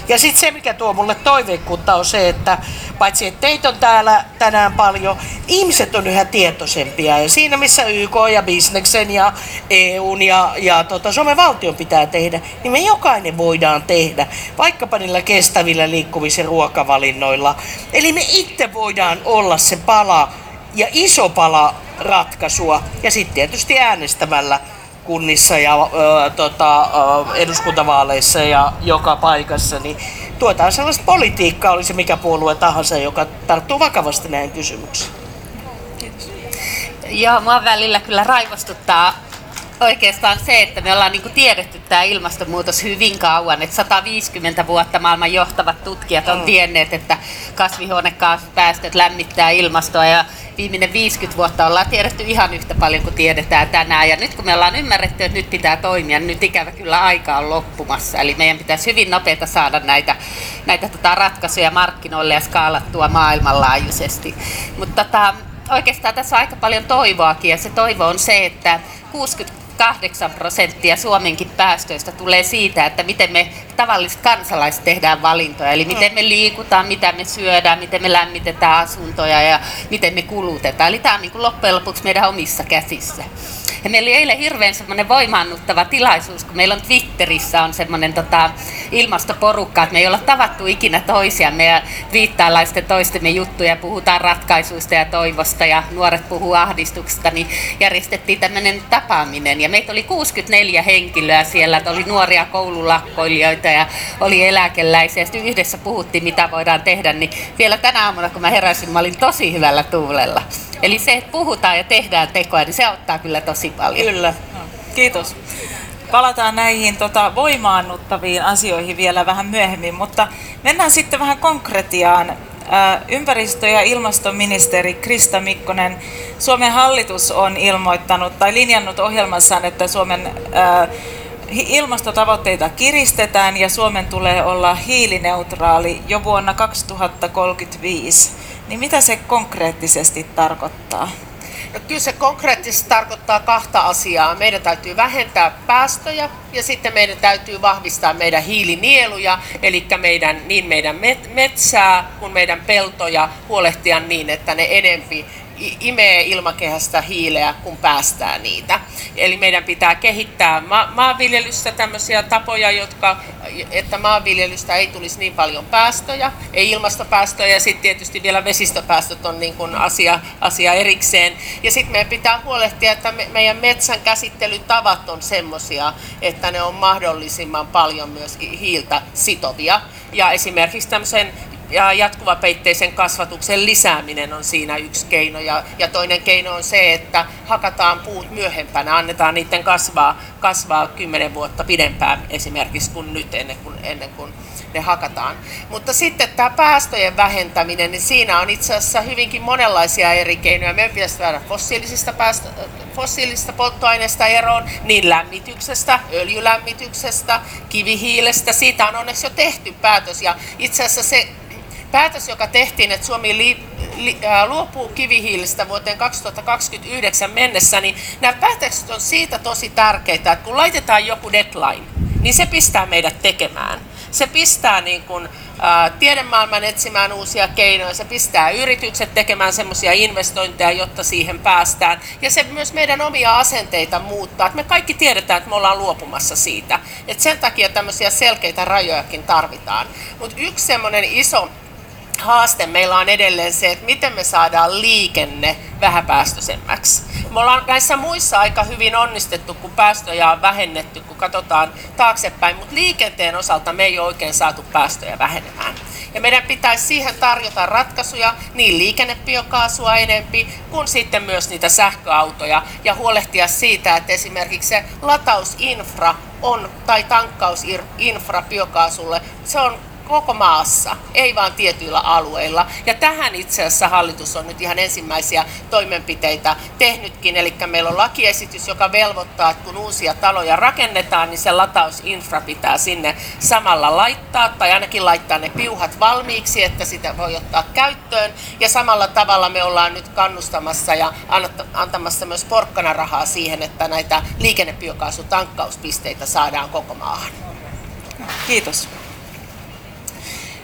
Ja sitten se, mikä tuo mulle toiveikkuutta, on se, että paitsi että teitä on täällä tänään paljon, ihmiset on yhä tietoisempia. Ja siinä, missä Y K ja bisneksen ja E U:n ja, ja tota, Suomen valtion pitää tehdä, niin me jokainen voidaan tehdä, vaikkapa niillä kestävillä liikkumis- ja ruokavalinnoilla. Eli me itse voidaan olla se pala ja iso pala ratkaisua, ja sitten tietysti äänestämällä kunnissa ja ö, tota, ö, eduskuntavaaleissa ja joka paikassa, niin tuetaan sellaista politiikkaa, oli se mikä puolue tahansa, joka tarttuu vakavasti näihin kysymyksiin. Kiitos. Joo, mua välillä kyllä raivostuttaa oikeastaan se, että me ollaan niinku tiedetty tämä ilmastonmuutos hyvin kauan, että sata viisikymmentä vuotta maailman johtavat tutkijat on tienneet, että kasvihuonekaasupäästöt lämmittää ilmastoa, ja viimeinen viisikymmentä vuotta ollaan tiedetty ihan yhtä paljon kuin tiedetään tänään. Ja nyt kun me ollaan ymmärretty, että nyt pitää toimia, niin nyt ikävä kyllä aika on loppumassa. Eli meidän pitäisi hyvin nopeasti saada näitä, näitä tota ratkaisuja markkinoille ja skaalattua maailmanlaajuisesti. Mutta tota, oikeastaan tässä on aika paljon toivoakin, ja se toivo on se, että kuusikymmentäkahdeksan prosenttia Suomenkin päästöistä tulee siitä, että miten me tavalliset kansalaiset tehdään valintoja, eli miten me liikutaan, mitä me syödään, miten me lämmitetään asuntoja ja miten me kulutetaan. Eli tämä on niin kuin loppujen lopuksi meidän omissa käsissä. Ja meillä oli eilen hirveän semmoinen voimaannuttava tilaisuus, kun meillä on Twitterissä on semmoinen tota, ilmastoporukka, että me ei olla tavattu ikinä toisiamme ja viittaillaan sitten toistemme juttuja, puhutaan ratkaisuista ja toivosta ja nuoret puhuu ahdistuksesta, niin järjestettiin tämmöinen tapaaminen. Ja meitä oli kuusikymmentäneljä henkilöä siellä, että oli nuoria koululakkoilijoita ja oli eläkeläisiä. Sitten yhdessä puhuttiin, mitä voidaan tehdä, niin vielä tänä aamuna, kun mä heräsin, mä olin tosi hyvällä tuulella. Eli se, että puhutaan ja tehdään tekoja, niin se auttaa kyllä tosi paljon. Kyllä. No, kiitos. Palataan näihin tota, voimaannuttaviin asioihin vielä vähän myöhemmin, mutta mennään sitten vähän konkretiaan. Ää, ympäristö- ja ilmastoministeri Krista Mikkonen, Suomen hallitus on ilmoittanut tai linjannut ohjelmassaan, että Suomen ää, ilmastotavoitteita kiristetään ja Suomen tulee olla hiilineutraali jo vuonna kaksituhattakolmekymmentäviisi. Niin mitä se konkreettisesti tarkoittaa? No, kyllä se konkreettisesti tarkoittaa kahta asiaa. Meidän täytyy vähentää päästöjä ja sitten meidän täytyy vahvistaa meidän hiilinieluja, eli meidän, niin meidän metsää kuin meidän peltoja, huolehtia niin, että ne enempi imee ilmakehästä hiileä, kun päästää niitä. Eli meidän pitää kehittää ma- maanviljelyssä tämmöisiä tapoja, jotka, että maanviljelystä ei tulisi niin paljon päästöjä, ei ilmastopäästöjä, ja sitten tietysti vielä vesistöpäästöt on niin kuin asia, asia erikseen. Ja sitten meidän pitää huolehtia, että me, meidän metsän käsittelytavat on semmoisia, että ne on mahdollisimman paljon myös hiiltä sitovia. Ja esimerkiksi tämmöisen ja jatkuvapeitteisen kasvatuksen lisääminen on siinä yksi keino. Ja, ja toinen keino on se, että hakataan puut myöhempänä, annetaan niiden kasvaa, kasvaa kymmenen vuotta pidempään esimerkiksi kuin nyt ennen kuin, ennen kuin ne hakataan. Mutta sitten tämä päästöjen vähentäminen, niin siinä on itse asiassa hyvinkin monenlaisia eri keinoja. Meidän pitäisi saada fossiilisista, päästö, fossiilisista polttoaineista eroon, niin lämmityksestä, öljylämmityksestä, kivihiilestä. Siitä on onneksi jo tehty päätös. Ja itse asiassa se päätös, joka tehtiin, että Suomi li, li, äh, luopuu kivihiilestä vuoteen kaksituhattakaksikymmentäyhdeksän mennessä, niin nämä päätökset on siitä tosi tärkeitä, että kun laitetaan joku deadline, niin se pistää meidät tekemään. Se pistää niin kuin, ä, tiedemaailman etsimään uusia keinoja, se pistää yritykset tekemään semmoisia investointeja, jotta siihen päästään. Ja se myös meidän omia asenteita muuttaa. Et me kaikki tiedetään, että me ollaan luopumassa siitä. Et sen takia tämmöisiä selkeitä rajojakin tarvitaan. Mutta yksi semmoinen iso haaste meillä on edelleen se, että miten me saadaan liikenne vähäpäästöisemmäksi. Me ollaan näissä muissa aika hyvin onnistettu, kun päästöjä on vähennetty, kun katsotaan taaksepäin, mutta liikenteen osalta me ei ole oikein saatu päästöjä vähenemään. Ja meidän pitäisi siihen tarjota ratkaisuja, niin liikennebiokaasua enempi, kuin sitten myös niitä sähköautoja, ja huolehtia siitä, että esimerkiksi se latausinfra on, tai tankkausinfra biokaasulle, se on koko maassa, ei vaan tietyillä alueilla. Ja tähän itse asiassa hallitus on nyt ihan ensimmäisiä toimenpiteitä tehnytkin. Eli meillä on lakiesitys, joka velvoittaa, että kun uusia taloja rakennetaan, niin se latausinfra pitää sinne samalla laittaa, tai ainakin laittaa ne piuhat valmiiksi, että sitä voi ottaa käyttöön. Ja samalla tavalla me ollaan nyt kannustamassa ja antamassa myös porkkanarahaa siihen, että näitä liikennebiokaasutankkauspisteitä saadaan koko maahan. Kiitos.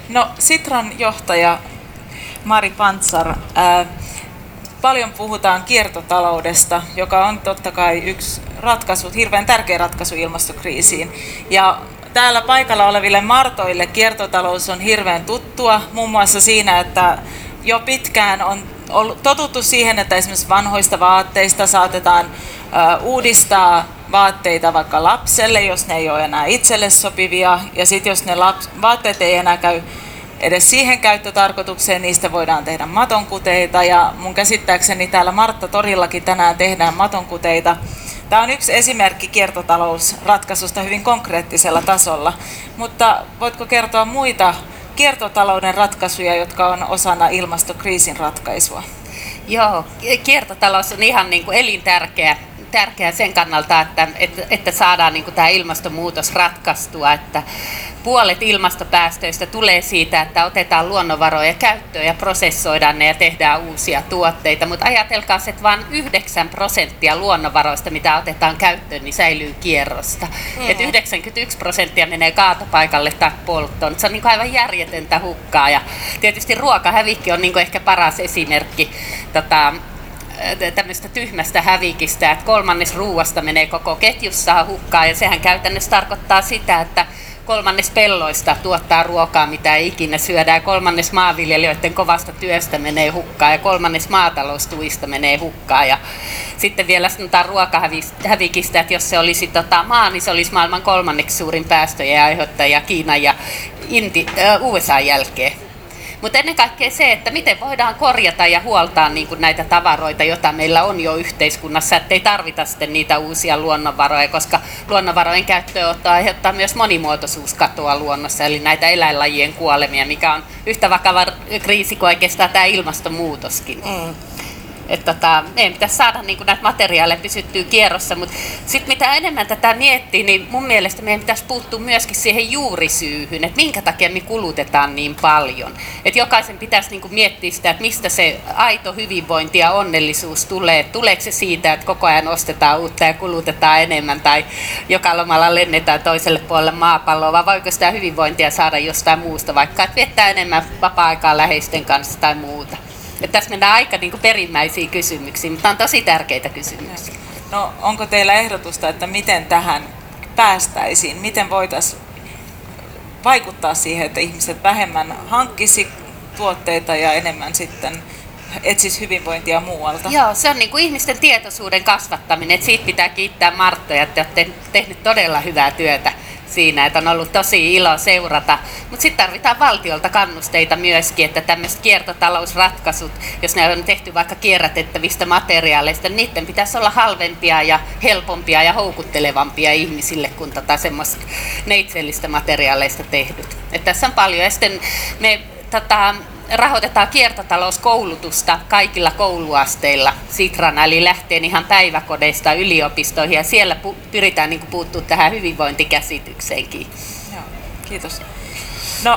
No, Sitran johtaja Mari Pantsar, ää, paljon puhutaan kiertotaloudesta, joka on totta kai yksi ratkaisu, hirveän tärkeä ratkaisu ilmastokriisiin. Ja täällä paikalla oleville martoille kiertotalous on hirveän tuttua, muun muassa siinä, että jo pitkään on ollut totuttu siihen, että esimerkiksi vanhoista vaatteista saatetaan ää, uudistaa vaatteita vaikka lapselle, jos ne ei ole enää itselle sopivia, ja sitten jos ne laps- vaatteet ei enää käy edes siihen käyttötarkoitukseen, niistä voidaan tehdä matonkuteita, ja mun käsittääkseni täällä Martta-torillakin tänään tehdään matonkuteita. Tämä on yksi esimerkki kiertotalousratkaisusta hyvin konkreettisella tasolla, mutta voitko kertoa muita kiertotalouden ratkaisuja, jotka on osana ilmastokriisin ratkaisua? Joo, kiertotalous on ihan niin kuin elintärkeä tärkeä sen kannalta, että, että, että saadaan niin kuin tämä ilmastonmuutos ratkaistua, että puolet ilmastopäästöistä tulee siitä, että otetaan luonnonvaroja käyttöön ja prosessoidaan ne ja tehdään uusia tuotteita, mutta ajatelkaa, että vain yhdeksän prosenttia luonnonvaroista, mitä otetaan käyttöön, niin säilyy kierrosta. Mm. Että yhdeksänkymmentäyksi prosenttia menee kaatopaikalle tai polttoon. Se on niin kuin aivan järjetöntä hukkaa, ja tietysti ruokahävikki on niin kuin ehkä paras esimerkki tota, tämmöistä tyhmästä hävikistä, että kolmannes ruuasta menee koko ketjussa hukkaan, ja sehän käytännössä tarkoittaa sitä, että kolmannes pelloista tuottaa ruokaa, mitä ei ikinä syödään, kolmannes maanviljelijöiden kovasta työstä menee hukkaan, ja kolmannes maataloustuista menee hukkaan. Ja sitten vielä sanotaan ruokahävikistä, että jos se olisi tota maa, niin se olisi maailman kolmanneksi suurin päästöjen aiheuttaja Kiinan ja Inti, äh, U S A jälkeen. Mutta ennen kaikkea se, että miten voidaan korjata ja huoltaa niin kuin näitä tavaroita, joita meillä on jo yhteiskunnassa, ettei tarvita sitten niitä uusia luonnonvaroja, koska luonnonvarojen käyttöönotto aiheuttaa myös monimuotoisuuskatoa luonnossa, eli näitä eläinlajien kuolemia, mikä on yhtä vakava kriisi kuin oikeastaan tämä ilmastonmuutoskin. Mm. Että tota, meidän pitäisi saada niin kuin näitä materiaaleja pysyttyä kierrossa, mutta sitten mitä enemmän tätä miettii, niin mun mielestä meidän pitäisi puuttua myöskin siihen juurisyyhyn, että minkä takia me kulutetaan niin paljon. Että jokaisen pitäisi niin kuin miettiä sitä, että mistä se aito hyvinvointi ja onnellisuus tulee. Tuleeko se siitä, että koko ajan ostetaan uutta ja kulutetaan enemmän, tai joka lomalla lennetään toiselle puolelle maapalloa, vai voiko sitä hyvinvointia saada jostain muusta, vaikka että viettää enemmän vapaa-aikaa läheisten kanssa tai muuta. Että tässä mennään aika niin kuin perimmäisiin kysymyksiin, mutta on tosi tärkeitä kysymyksiä. No, onko teillä ehdotusta, että miten tähän päästäisiin? Miten voitaisiin vaikuttaa siihen, että ihmiset vähemmän hankkisi tuotteita ja enemmän sitten etsisi hyvinvointia muualta? Joo, se on niin kuin ihmisten tietoisuuden kasvattaminen. Että siitä pitää kiittää Marttoja, että olette tehnyt todella hyvää työtä siinä, että on ollut tosi ilo seurata. Mutta sitten tarvitaan valtiolta kannusteita myöskin, että tämmöiset kiertotalousratkaisut, jos ne on tehty vaikka kierrätettävistä materiaaleista, niin niiden pitäisi olla halvempia ja helpompia ja houkuttelevampia ihmisille kuin tota semmoista neitsellistä materiaaleista tehdyt. Et tässä on paljon. Ja sitten me tota, rahoitetaan kiertotalouskoulutusta kaikilla kouluasteilla Sitrana, eli lähtien ihan päiväkodeista yliopistoihin, ja siellä pu- pyritään niin kuin puuttumaan tähän hyvinvointikäsitykseenkin. Joo, kiitos. No,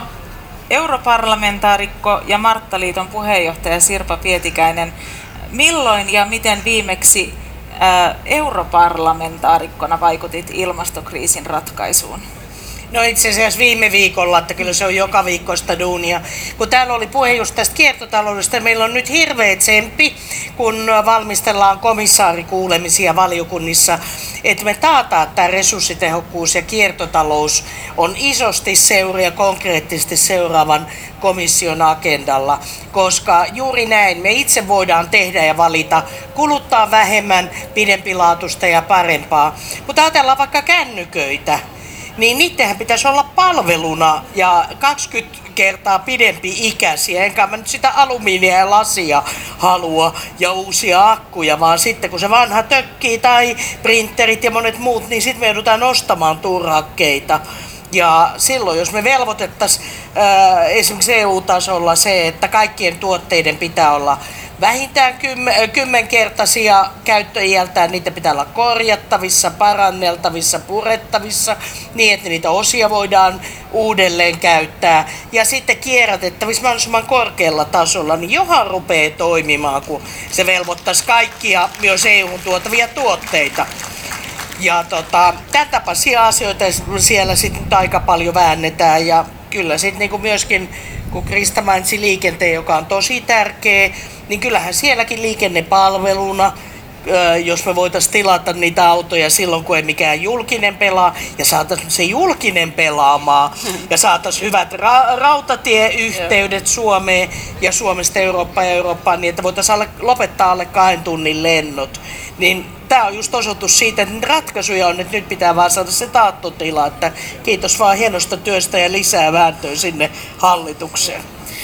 europarlamentaarikko ja Marttaliiton puheenjohtaja Sirpa Pietikäinen, milloin ja miten viimeksi ää, europarlamentaarikkona vaikutit ilmastokriisin ratkaisuun? No itse asiassa viime viikolla, että kyllä se on joka viikkoista duunia. Kun täällä oli puhe just tästä kiertotaloudesta, meillä on nyt hirveä tsemppi, kun valmistellaan komissaarikuulemisia valiokunnissa, että me taataan, että tämä resurssitehokkuus ja kiertotalous on isosti seura- ja konkreettisesti seuraavan komission agendalla, koska juuri näin me itse voidaan tehdä ja valita, kuluttaa vähemmän, pidempilaatuista ja parempaa. Mutta ajatellaan vaikka kännyköitä. Niin niittenhän pitäisi olla palveluna ja kaksikymmentä kertaa pidempi ikäisiä, enkä mä nyt sitä alumiinia ja lasia halua ja uusia akkuja, vaan sitten kun se vanha tökkii tai printerit ja monet muut, niin sitten me joudutaan ostamaan turhakkeita. Ja silloin, jos me velvoitettaisiin äh, esimerkiksi E U-tasolla se, että kaikkien tuotteiden pitää olla vähintään kymmen, kymmenkertaisia käyttöiältään, niitä pitää olla korjattavissa, paranneltavissa, purettavissa, niin että niitä osia voidaan uudelleen käyttää. Ja sitten kierrätettävissä mahdollisimman korkealla tasolla, niin johan rupeaa toimimaan, kun se velvoittaisi kaikkia myös E U:n tuotavia tuotteita. Ja tota, tämän tapaisia asioita siellä sitten aika paljon väännetään, ja kyllä sitten niinku myöskin, kun Krista mainitsi liikenteen, joka on tosi tärkeä, niin kyllähän sielläkin liikennepalveluna, jos me voitaisiin tilata niitä autoja silloin, kun ei mikään julkinen pelaa, ja saataisiin se julkinen pelaamaan, ja saataisiin hyvät ra- rautatieyhteydet Suomeen ja Suomesta Eurooppaan ja Eurooppaan, niin että voitaisiin alle, lopettaa alle kahden tunnin lennot. Niin tämä on just osoitus siitä, että ratkaisuja on, että nyt pitää vaan saada se taattotila, että kiitos vaan hienosta työstä ja lisää vääntöä sinne hallitukseen.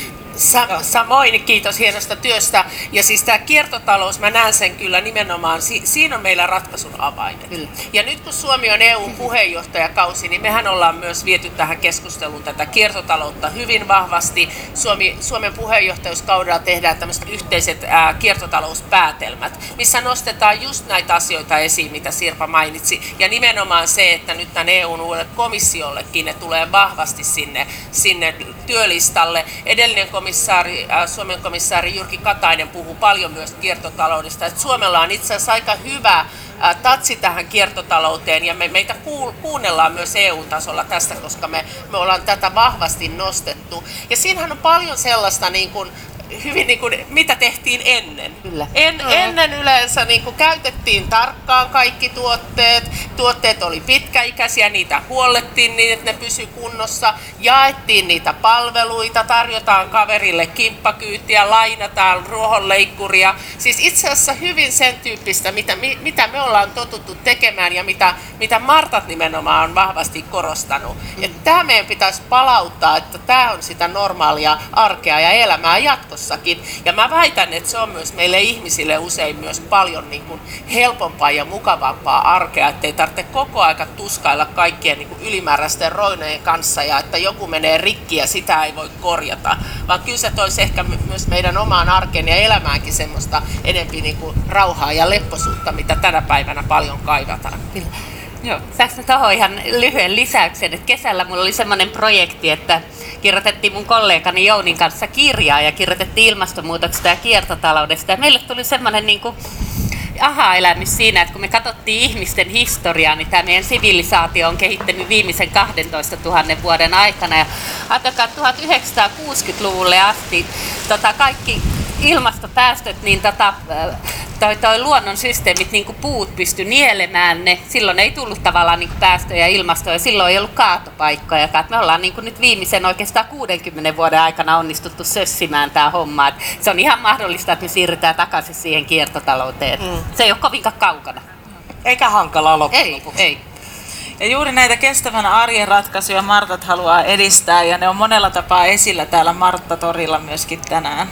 Sam- samoin, kiitos hienosta työstä. Ja siis tämä kiertotalous, mä näen sen kyllä nimenomaan, si- siinä on meillä ratkaisun avaimet. Kyllä. Ja nyt kun Suomi on E U:n puheenjohtajakausi, niin mehän ollaan myös viety tähän keskusteluun tätä kiertotaloutta hyvin vahvasti. Suomi, Suomen puheenjohtajuuskaudella tehdään tämmöiset yhteiset ää, kiertotalouspäätelmät, missä nostetaan just näitä asioita esiin, mitä Sirpa mainitsi. Ja nimenomaan se, että nyt tämän E U:n uudelle komissiollekin ne tulee vahvasti sinne, sinne työlistalle. Edellinen komissaari, äh, Suomen komissaari Jyrki Katainen puhuu paljon myös kiertotaloudesta. Että Suomella on itse asiassa aika hyvä äh, tatsi tähän kiertotalouteen ja me, meitä kuul, kuunnellaan myös E U-tasolla tästä, koska me, me ollaan tätä vahvasti nostettu. Ja siinähän on paljon sellaista niin kuin, hyvin niin kuin, mitä tehtiin ennen. Kyllä. En, mm. Ennen yleensä niin kuin, käytettiin tarkkaan kaikki tuotteet. Tuotteet oli pitkäikäisiä, niitä huollettiin niin, että ne pysyi kunnossa. Jaettiin niitä palveluita, tarjotaan kaverille kimppakyytiä, lainataan ruohonleikkuria. Siis itse asiassa hyvin sen tyyppistä, mitä, mitä me ollaan totuttu tekemään ja mitä, mitä Martat nimenomaan on vahvasti korostanut. Mm. Tämä meidän pitäisi palauttaa, että tämä on sitä normaalia arkea ja elämää jatkossa. Ja mä väitän, että se on myös meille ihmisille usein myös paljon niin kuin helpompaa ja mukavampaa arkea, ettei tarvitse koko aika tuskailla kaikkien niin kuin ylimääräisten roinojen kanssa ja että joku menee rikki ja sitä ei voi korjata, vaan kyllä se toisi ehkä myös meidän omaan arkeen ja elämäänkin semmoista enemmän niin kuin rauhaa ja leppoisuutta, mitä tänä päivänä paljon kaivataan. Joo. Saanko tuohon ihan lyhyen lisäyksen, että kesällä mulla oli semmoinen projekti, että kirjoitettiin mun kollegani Jounin kanssa kirjaa ja kirjoitettiin ilmastonmuutoksesta ja kiertotaloudesta. Ja meille tuli semmoinen niin kuin aha-elämys siinä, että kun me katsottiin ihmisten historiaa, niin tämä meidän sivilisaatio on kehittynyt viimeisen kaksitoistatuhatta vuoden aikana. Ja ajatelkaa tuhatyhdeksänsataakuusikymmentäluvulle asti tota, kaikki ilmastopäästöt, niin tota, toi, toi luonnon systeemit, niin kuin puut pysty nielemään ne. Silloin ei tullut tavallaan niin kuin päästöjä ja ilmastoa ja silloin ei ollut kaatopaikkoja. Me ollaan niin kuin nyt viimeisen oikeastaan kuudenkymmenen vuoden aikana onnistuttu sössimään tämä homma. Et se on ihan mahdollista, että me siirrytään takaisin siihen kiertotalouteen. Mm. Se ei ole kovinkaan kaukana. Eikä hankalaa loppujen Ei, ei. Ja juuri näitä kestävän arjen ratkaisuja Martat haluaa edistää ja ne on monella tapaa esillä täällä Martta-torilla myöskin tänään.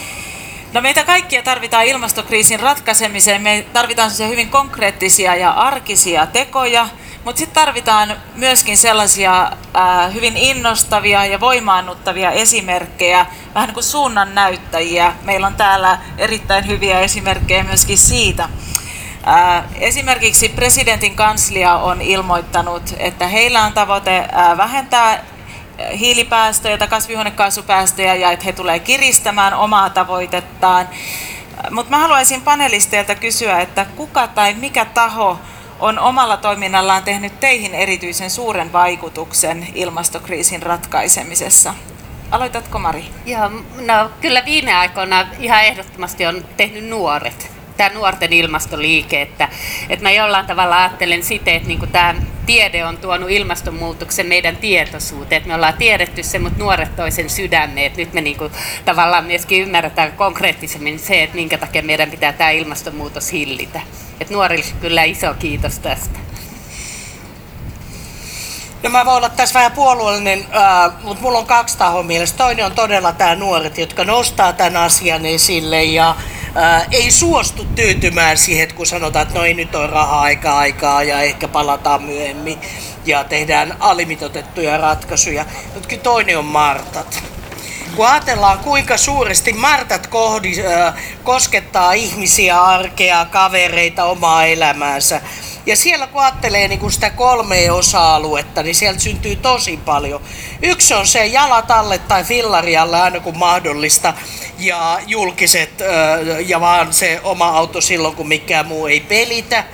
No meitä kaikkia tarvitaan ilmastokriisin ratkaisemiseen. Me tarvitaan hyvin konkreettisia ja arkisia tekoja, mutta sitten tarvitaan myöskin sellaisia ää, hyvin innostavia ja voimaannuttavia esimerkkejä, vähän niin kuin suunnan näyttäjiä. Meillä on täällä erittäin hyviä esimerkkejä myöskin siitä. Ää, esimerkiksi presidentin kanslia on ilmoittanut, että heillä on tavoite ää, vähentää hiilipäästöjä tai kasvihuonekaasupäästöjä ja että he tulee kiristämään omaa tavoitettaan. Mutta mä haluaisin panelisteilta kysyä, että kuka tai mikä taho on omalla toiminnallaan tehnyt teihin erityisen suuren vaikutuksen ilmastokriisin ratkaisemisessa? Aloitatko, Mari? Joo, no kyllä viime aikoina ihan ehdottomasti on tehnyt nuoret. Tämä nuorten ilmastoliike, että, että mä jollain tavalla ajattelen sitä, että niin tämä tiede on tuonut ilmastonmuutoksen meidän tietoisuuteen, että me ollaan tiedetty se, mutta nuoret toisen sydämeen, että nyt me niin kuin, tavallaan myöskin ymmärretään konkreettisemmin se, että minkä takia meidän pitää tämä ilmastonmuutos hillitä. Että nuorille kyllä iso kiitos tästä. No mä voin olla tässä vähän puolueellinen, äh, mutta mulla on kaksi tahoa mielessä. Toinen on todella tämä nuoret, jotka nostaa tämän asian esille ja äh, ei suostu tyytymään siihen, että kun sanotaan, että no ei nyt ole rahaa aikaa aikaa ja ehkä palataan myöhemmin ja tehdään alimitoitettuja ratkaisuja. Mutta kyllä toinen on Martat. Kun ajatellaan, kuinka suuresti Martat kohdi, äh, koskettaa ihmisiä, arkea, kavereita, omaa elämäänsä. Ja siellä kun ajattelee niin kun sitä kolmea osa-aluetta, niin sieltä syntyy tosi paljon. Yksi on se jalat alle tai fillari alle aina kun mahdollista ja julkiset äh, ja vaan se oma auto silloin kun mikään muu ei pelitä.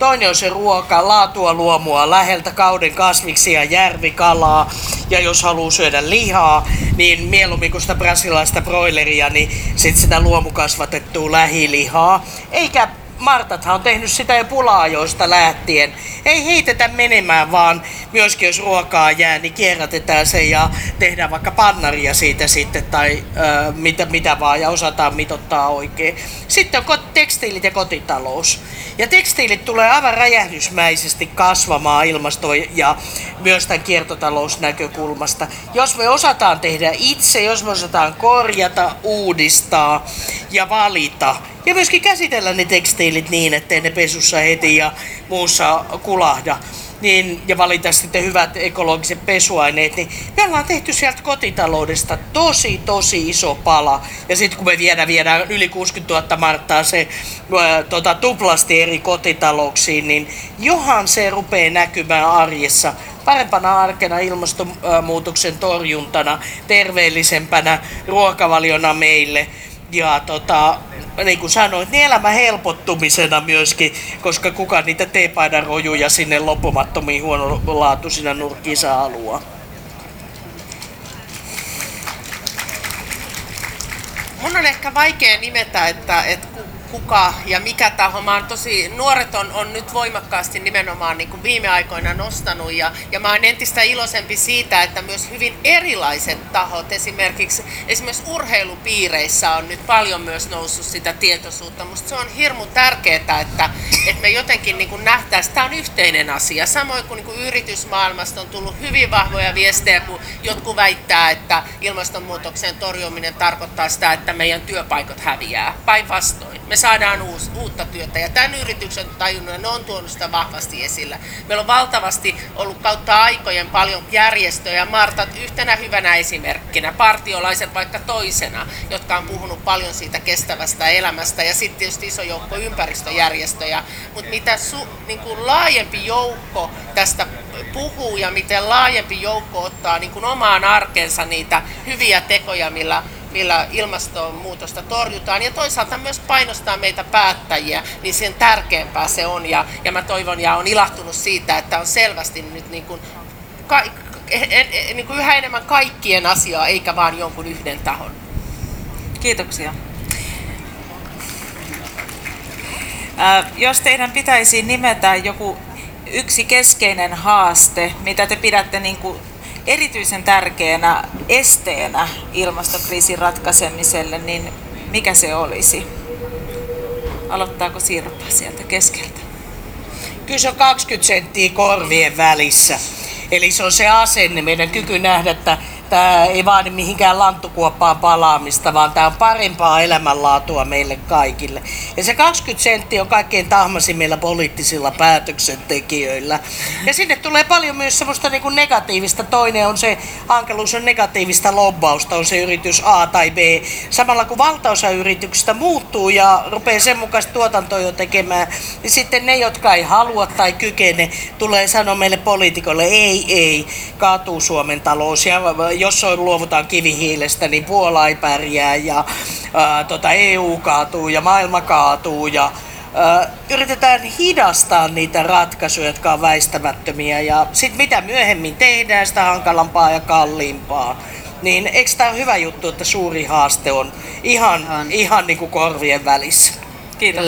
Toinen on se ruoka, laatua, luomua, läheltä kauden kasviksia, järvikalaa. Ja jos haluaa syödä lihaa, niin mieluummin kuin sitä brasilialaista broileria, niin sit sitä luomukasvatettua lähilihaa. Eikä Martathan on tehnyt sitä jo pula-ajoista lähtien. Ei heitetä menemään, vaan myöskin jos ruokaa jää, niin kierrätetään se ja tehdään vaikka pannaria siitä sitten tai ö, mitä, mitä vaan ja osataan mitottaa oikein. Sitten on tekstiilit ja kotitalous. Ja tekstiilit tulee aivan räjähdysmäisesti kasvamaan ilmasto- ja myös tämän kiertotalousnäkökulmasta. Jos me osataan tehdä itse, jos me osataan korjata, uudistaa ja valita, ja myöskin käsitellä ne tekstiilit niin, ettei ne pesussa heti ja muussa kulahda. Niin, ja valita sitten hyvät ekologiset pesuaineet, niin me ollaan tehty sieltä kotitaloudesta tosi, tosi iso pala. Ja sitten kun me viedään, viedään yli kuusikymmentätuhatta marttaa se ää, tota, tuplasti eri kotitalouksiin, niin johan se rupeaa näkymään arjessa parempana arkena, ilmastonmuutoksen torjuntana, terveellisempänä ruokavaliona meille. Ja tota, niin kuin sanoit, niin elämän helpottumisena myöskin, koska kuka niitä teepaidan rojuja sinne loppumattomiin huonolaatuisina nurkkiin saa haluaa. Mun on ehkä vaikea nimetä, että, että kuka ja mikä taho. Mä oon tosi, nuoret on, on nyt voimakkaasti nimenomaan niin kuin viime aikoina nostanut ja, ja mä oon entistä iloisempi siitä, että myös hyvin erilaiset tahot, esimerkiksi, esimerkiksi urheilupiireissä on nyt paljon myös noussut sitä tietoisuutta. Musta se on hirmu tärkeää, että, että me jotenkin niin kuin nähtäisiin, tämä on yhteinen asia. Samoin kuin, niin kuin yritysmaailmasta on tullut hyvin vahvoja viestejä, kun jotkut väittää, että ilmastonmuutoksen torjuminen tarkoittaa sitä, että meidän työpaikat häviää. Päinvastoin. Me saadaan uus, uutta työtä ja tämän yrityksen tajunnut, ne on tuonut sitä vahvasti esillä. Meillä on valtavasti ollut kautta aikojen paljon järjestöjä, Martat yhtenä hyvänä esimerkkinä, partiolaiset vaikka toisena, jotka on puhunut paljon siitä kestävästä elämästä ja sitten tietysti iso joukko ympäristöjärjestöjä, mutta mitä su, niin kuin laajempi joukko tästä puhuu ja miten laajempi joukko ottaa niin kuin omaan arkensa niitä hyviä tekoja, millä millä ilmastonmuutosta torjutaan ja toisaalta myös painostaa meitä päättäjiä, niin sen tärkeämpää se on. Ja, ja mä toivon ja olen ilahtunut siitä, että on selvästi nyt niin kuin, ka, niin kuin yhä enemmän kaikkien asiaa, eikä vaan jonkun yhden tahon. Kiitoksia. Äh, jos teidän pitäisi nimetä joku yksi keskeinen haaste, mitä te pidätte niin kuin erityisen tärkeänä esteenä ilmastokriisin ratkaisemiselle, niin mikä se olisi? Aloittaako Sirpa sieltä keskeltä? Kyllä se on kaksikymmentä senttiä korvien välissä. Eli se on se asenne, meidän kyky nähdä, että tämä ei vaadi mihinkään lanttukuoppaan palaamista, vaan tämä on parempaa elämänlaatua meille kaikille. Ja se kaksikymmentä senttiä on kaikkein tahmasimmilla poliittisilla päätöksentekijöillä. Ja sinne tulee paljon myös semmoista niin kuin negatiivista. Toinen on se, hankaluus on negatiivista lobbausta, on se yritys A tai B. Samalla kun valtaosa yrityksistä muuttuu ja rupeaa sen mukaista tuotantoa jo tekemään, niin sitten ne, jotka ei halua tai kykene, tulee sanoa meille poliitikolle, ei, ei, kaatuu Suomen talous. Ja jos luovutaan kivihiilestä, niin Puola ei pärjää ja ää, tota E U kaatuu ja maailma kaatuu ja ää, yritetään hidastaa niitä ratkaisuja, jotka on väistämättömiä ja sitten mitä myöhemmin tehdään, sitä hankalampaa ja kalliimpaa. Niin eikö tämä ole hyvä juttu, että suuri haaste on ihan, ihan. ihan niin kuin korvien välissä? Kiitos.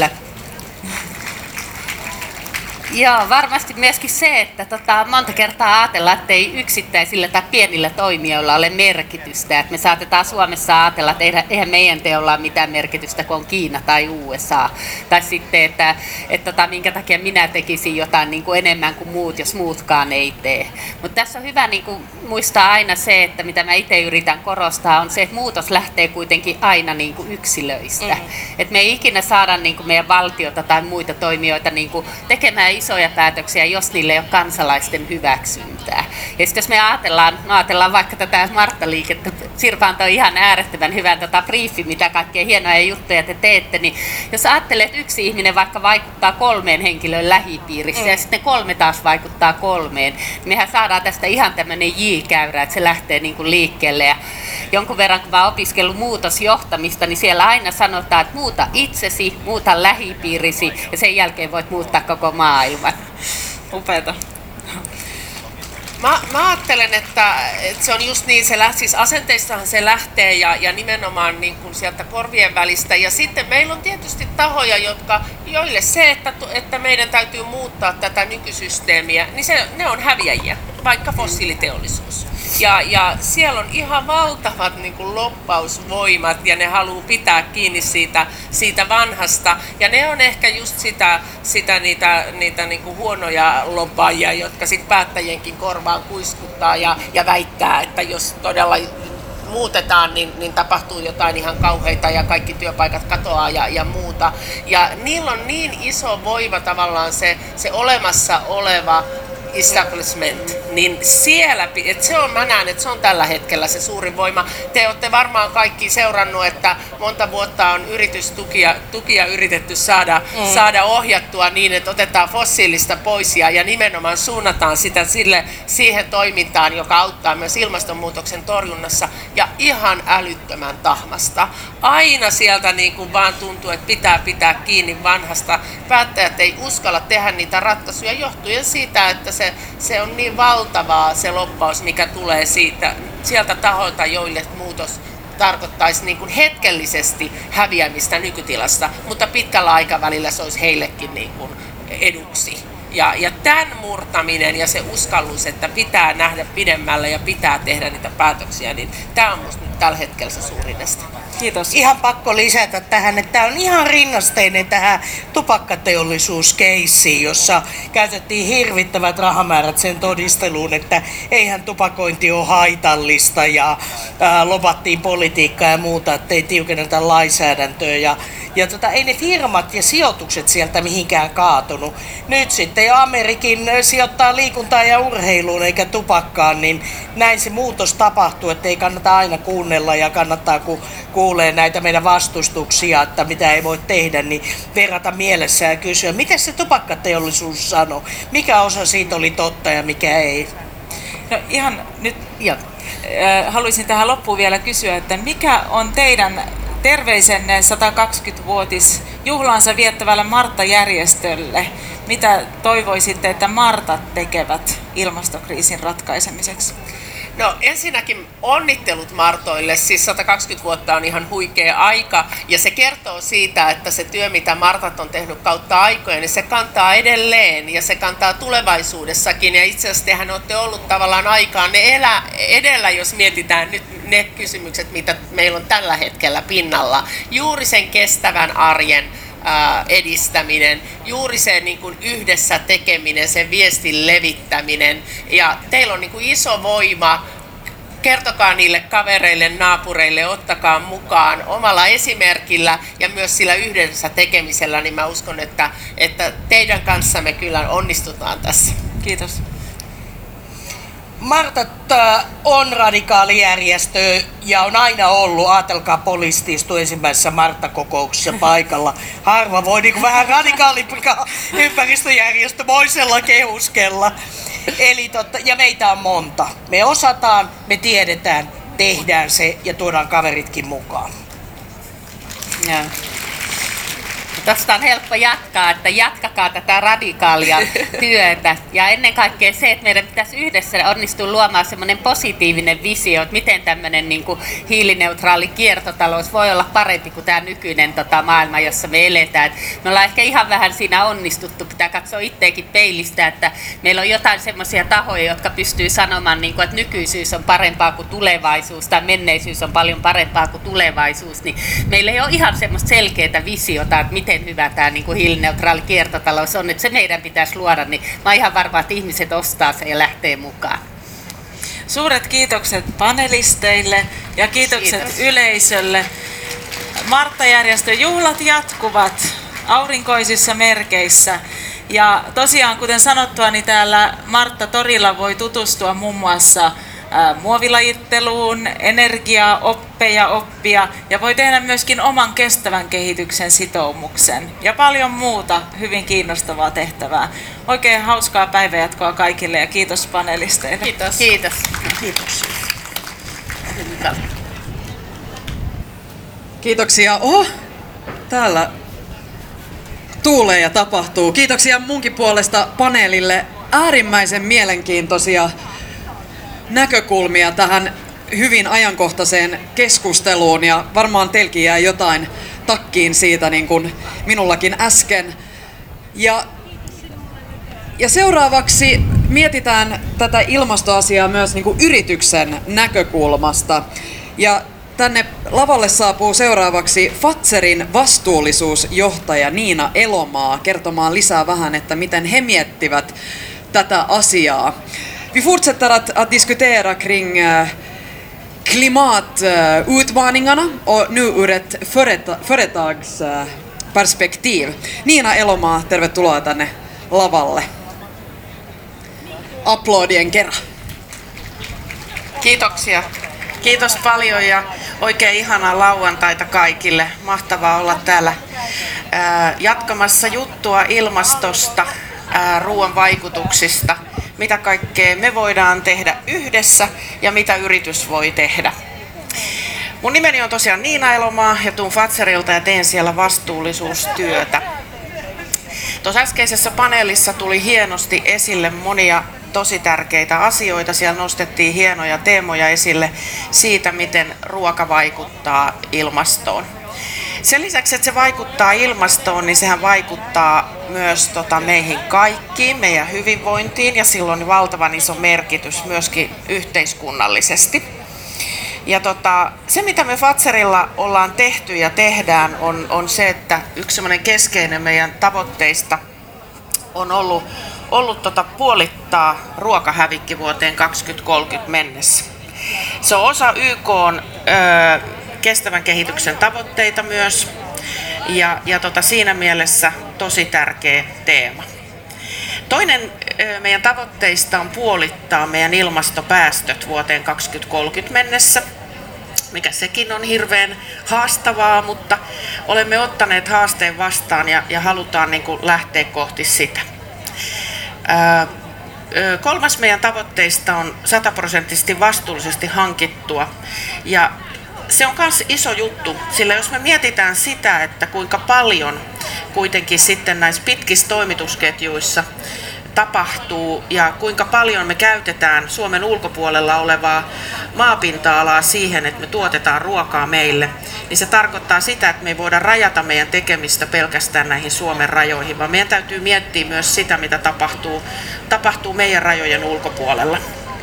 Joo, varmasti myöskin se, että tota, monta kertaa ajatellaan, että ei yksittäisillä tai pienillä toimijoilla ole merkitystä. Että me saatetaan Suomessa ajatella, että eihän meidän teolla ole mitään merkitystä, kun on Kiina tai U S A. Tai sitten, että, että tota, minkä takia minä tekisin jotain niin kuin enemmän kuin muut, jos muutkaan ei tee. Mutta tässä on hyvä niin kuin muistaa aina se, että mitä mä itse yritän korostaa, on se, että muutos lähtee kuitenkin aina niin kuin yksilöistä. Mm. Että me ei ikinä saada niin kuin meidän valtiota tai muita toimijoita niin kuin tekemään isoja päätöksiä, jos niille ei ole kansalaisten hyväksyntää. Ja sitten jos me ajatellaan, no ajatellaan vaikka tätä Martta-liikettä, Sirpa antoi ihan äärettömän hyvän tota briefi, mitä kaikkea hienoja juttuja te teette, niin jos ajattelee, että yksi ihminen vaikka vaikuttaa kolmeen henkilön lähipiirissä mm. ja sitten kolme taas vaikuttaa kolmeen, niin mehän saadaan tästä ihan tämmöinen J-käyrä, että se lähtee niin kuin liikkeelle. Ja, jonkun verran kun mä oon opiskellut muutosjohtamista, niin siellä aina sanotaan, että muuta itsesi, muuta lähipiirisi ja sen jälkeen voit muuttaa koko maailman. Upeeta. Mä, mä ajattelen, että, että se on just niin, se läht, siis asenteistahan se lähtee ja, ja nimenomaan niin kuin sieltä korvien välistä. Ja sitten meillä on tietysti tahoja, jotka, joille se, että, että meidän täytyy muuttaa tätä nykysysteemiä, niin se, ne on häviäjiä, vaikka fossiiliteollisuus. Ja, ja siellä on ihan valtavat niin kuin lobbausvoimat ja ne haluaa pitää kiinni siitä, siitä vanhasta. Ja ne on ehkä just sitä, sitä niitä, niitä niin kuin huonoja lobbaajia, jotka sitten päättäjienkin korvaan kuiskuttaa ja, ja väittää, että jos todella muutetaan, niin, niin tapahtuu jotain ihan kauheita ja kaikki työpaikat katoaa ja, ja muuta. Ja niillä on niin iso voima tavallaan se, se olemassa oleva establishment, niin siellä, että se on, mä näen, että se on tällä hetkellä se suurin voima. Te olette varmaan kaikki seurannut, että monta vuotta on yritystukia tukia yritetty saada, mm. saada ohjattua niin, että otetaan fossiilista pois ja, ja nimenomaan suunnataan sitä sille, siihen toimintaan, joka auttaa myös ilmastonmuutoksen torjunnassa ja ihan älyttömän tahmasta. Aina sieltä niin kuin vaan tuntuu, että pitää pitää kiinni vanhasta. Päättäjät ei uskalla tehdä niitä ratkaisuja johtuen siitä, että se Se, se on niin valtavaa se loppaus, mikä tulee siitä, sieltä tahoilta, joille muutos tarkoittaisi niin kuin hetkellisesti häviämistä nykytilasta, mutta pitkällä aikavälillä se olisi heillekin niin kuin eduksi. Ja, ja tämän murtaminen ja se uskallus, että pitää nähdä pidemmälle ja pitää tehdä niitä päätöksiä, niin tämä on minusta nyt tällä hetkellä se suurin este. Kiitos. Ihan pakko lisätä tähän, että tämä on ihan rinnasteinen tähän tupakkateollisuuskeissiin, jossa käytettiin hirvittävät rahamäärät sen todisteluun, että eihän tupakointi ole haitallista ja ää, lobattiin politiikkaa ja muuta, ettei tiukenneta lainsäädäntöä ja Ja tota, ei ne firmat ja sijoitukset sieltä mihinkään kaatunut. Nyt sitten jo Amerikin sijoittaa liikuntaan ja urheiluun eikä tupakkaan, niin näin se muutos tapahtuu, että ei kannata aina kuunnella ja kannattaa, kun kuulee näitä meidän vastustuksia, että mitä ei voi tehdä, niin verrata mielessä ja kysyä, miten se tupakkateollisuus sanoi, mikä osa siitä oli totta ja mikä ei. No ihan nyt ja, äh, haluaisin tähän loppuun vielä kysyä, että mikä on teidän terveisenne satakaksikymmentävuotisjuhlaansa viettävälle Martta-järjestölle? Mitä toivoisitte, että Martat tekevät ilmastokriisin ratkaisemiseksi? No ensinnäkin onnittelut Martoille, siis satakaksikymmentä vuotta on ihan huikea aika ja se kertoo siitä, että se työ mitä Martat on tehnyt kautta aikojen, niin se kantaa edelleen ja se kantaa tulevaisuudessakin ja itse asiassa tehän olette ollut tavallaan aikaan ne elä, edellä, jos mietitään nyt ne kysymykset, mitä meillä on tällä hetkellä pinnalla. Juuri sen kestävän arjen edistäminen, juuri se niin kuin yhdessä tekeminen, sen viestin levittäminen ja teillä on niin kuin iso voima. Kertokaa niille kavereille, naapureille, ottakaa mukaan omalla esimerkillä ja myös sillä yhdessä tekemisellä, niin mä uskon, että, että teidän kanssamme kyllä onnistutaan tässä. Kiitos. Martat on radikaali järjestö ja on aina ollut, ajatelkaa, poliisi istui ensimmäisessä Martta-kokouksessa paikalla. Harva voi niin kuin vähän radikaalimpaa ympäristöjärjestö moisella kehuskella. Eli totta, ja meitä on monta. Me osataan, me tiedetään, tehdään se ja tuodaan kaveritkin mukaan. Ja. Tästä on helppo jatkaa, että jatkakaa tätä radikaalia työtä. Ja ennen kaikkea se, että meidän pitäisi yhdessä onnistua luomaan semmoinen positiivinen visio, että miten tämmöinen niin kuin hiilineutraali kiertotalous voi olla parempi kuin tämä nykyinen tota, maailma, jossa me eletään. Me ollaan ehkä ihan vähän siinä onnistuttu. Pitää katsoa itseäkin peilistä, että meillä on jotain semmoisia tahoja, jotka pystyy sanomaan, niin kuin, että nykyisyys on parempaa kuin tulevaisuus tai menneisyys on paljon parempaa kuin tulevaisuus. Niin meillä ei ole ihan semmoista selkeää visiota, että miten hyvä tämä niin kuin hiilineutraali kiertotalous on, että se meidän pitäisi luoda, niin mä oon ihan varma, että ihmiset ostaa sen ja lähtee mukaan. Suuret kiitokset panelisteille ja kiitokset Kiitos. Yleisölle. Martta-järjestön juhlat jatkuvat aurinkoisissa merkeissä. Ja tosiaan, kuten sanottua, niin täällä Martta-torilla voi tutustua muun muassa muovilajitteluun, energiaoppeja oppia ja voi tehdä myöskin oman kestävän kehityksen sitoumuksen ja paljon muuta hyvin kiinnostavaa tehtävää. Oikein hauskaa päivänjatkoa kaikille ja kiitos panelisteille. Kiitos. Kiitos. Kiitos. Hyvä. Kiitoksia. Oho, täällä tuulee ja tapahtuu. Kiitoksia munkin puolesta paneelille. Äärimmäisen mielenkiintoisia näkökulmia tähän hyvin ajankohtaiseen keskusteluun ja varmaan teilläkin jää jotain takkiin siitä niin kuin minullakin äsken. Ja, ja seuraavaksi mietitään tätä ilmastoasiaa myös niin kuin yrityksen näkökulmasta. Ja tänne lavalle saapuu seuraavaksi Fazerin vastuullisuusjohtaja Niina Elomaa kertomaan lisää vähän, että miten he miettivät tätä asiaa. Vi fortsätter att, att diskutera kring uh, klimatutmaningarna och nu ur ett företa, företagsperspektiv. Niina Elomaa, tervetuloa tänne lavalle. Aplodien kerran. Kiitoksia. Kiitos paljon ja oikein ihanaa lauantaita kaikille. Mahtavaa olla täällä ää, jatkamassa juttua ilmastosta, ää, ruoan vaikutuksista, mitä kaikkea me voidaan tehdä yhdessä ja mitä yritys voi tehdä. Mun nimeni on tosiaan Niina Elomaa ja tuun Fazerilta ja teen siellä vastuullisuustyötä. Tuossa äskeisessä paneelissa tuli hienosti esille monia tosi tärkeitä asioita. Siellä nostettiin hienoja teemoja esille siitä, miten ruoka vaikuttaa ilmastoon. Sen lisäksi, että se vaikuttaa ilmastoon, niin sehän vaikuttaa myös tota, meihin kaikkiin, meidän hyvinvointiin ja silloin on valtavan iso merkitys myöskin yhteiskunnallisesti. Ja tota, se, mitä me Fazerilla ollaan tehty ja tehdään, on, on se, että yksi semmoinen keskeinen meidän tavoitteista on ollut, ollut tota, puolittaa ruokahävikki vuoteen kaksituhattakolmekymmentä mennessä. Se on osa Y K:n ö, kestävän kehityksen tavoitteita myös ja, ja tota, siinä mielessä tosi tärkeä teema. Toinen ö, meidän tavoitteista on puolittaa meidän ilmastopäästöt vuoteen kaksituhattakolmekymmentä mennessä, mikä sekin on hirveän haastavaa, mutta olemme ottaneet haasteen vastaan ja, ja halutaan niin kuin lähteä kohti sitä. Ö, ö, kolmas meidän tavoitteista on sataprosenttisesti vastuullisesti hankittua ja se on myös iso juttu, sillä jos me mietitään sitä, että kuinka paljon kuitenkin sitten näissä pitkissä toimitusketjuissa tapahtuu ja kuinka paljon me käytetään Suomen ulkopuolella olevaa maapinta-alaa siihen, että me tuotetaan ruokaa meille, niin se tarkoittaa sitä, että me ei voida rajata meidän tekemistä pelkästään näihin Suomen rajoihin, vaan meidän täytyy miettiä myös sitä, mitä tapahtuu, tapahtuu meidän rajojen ulkopuolella.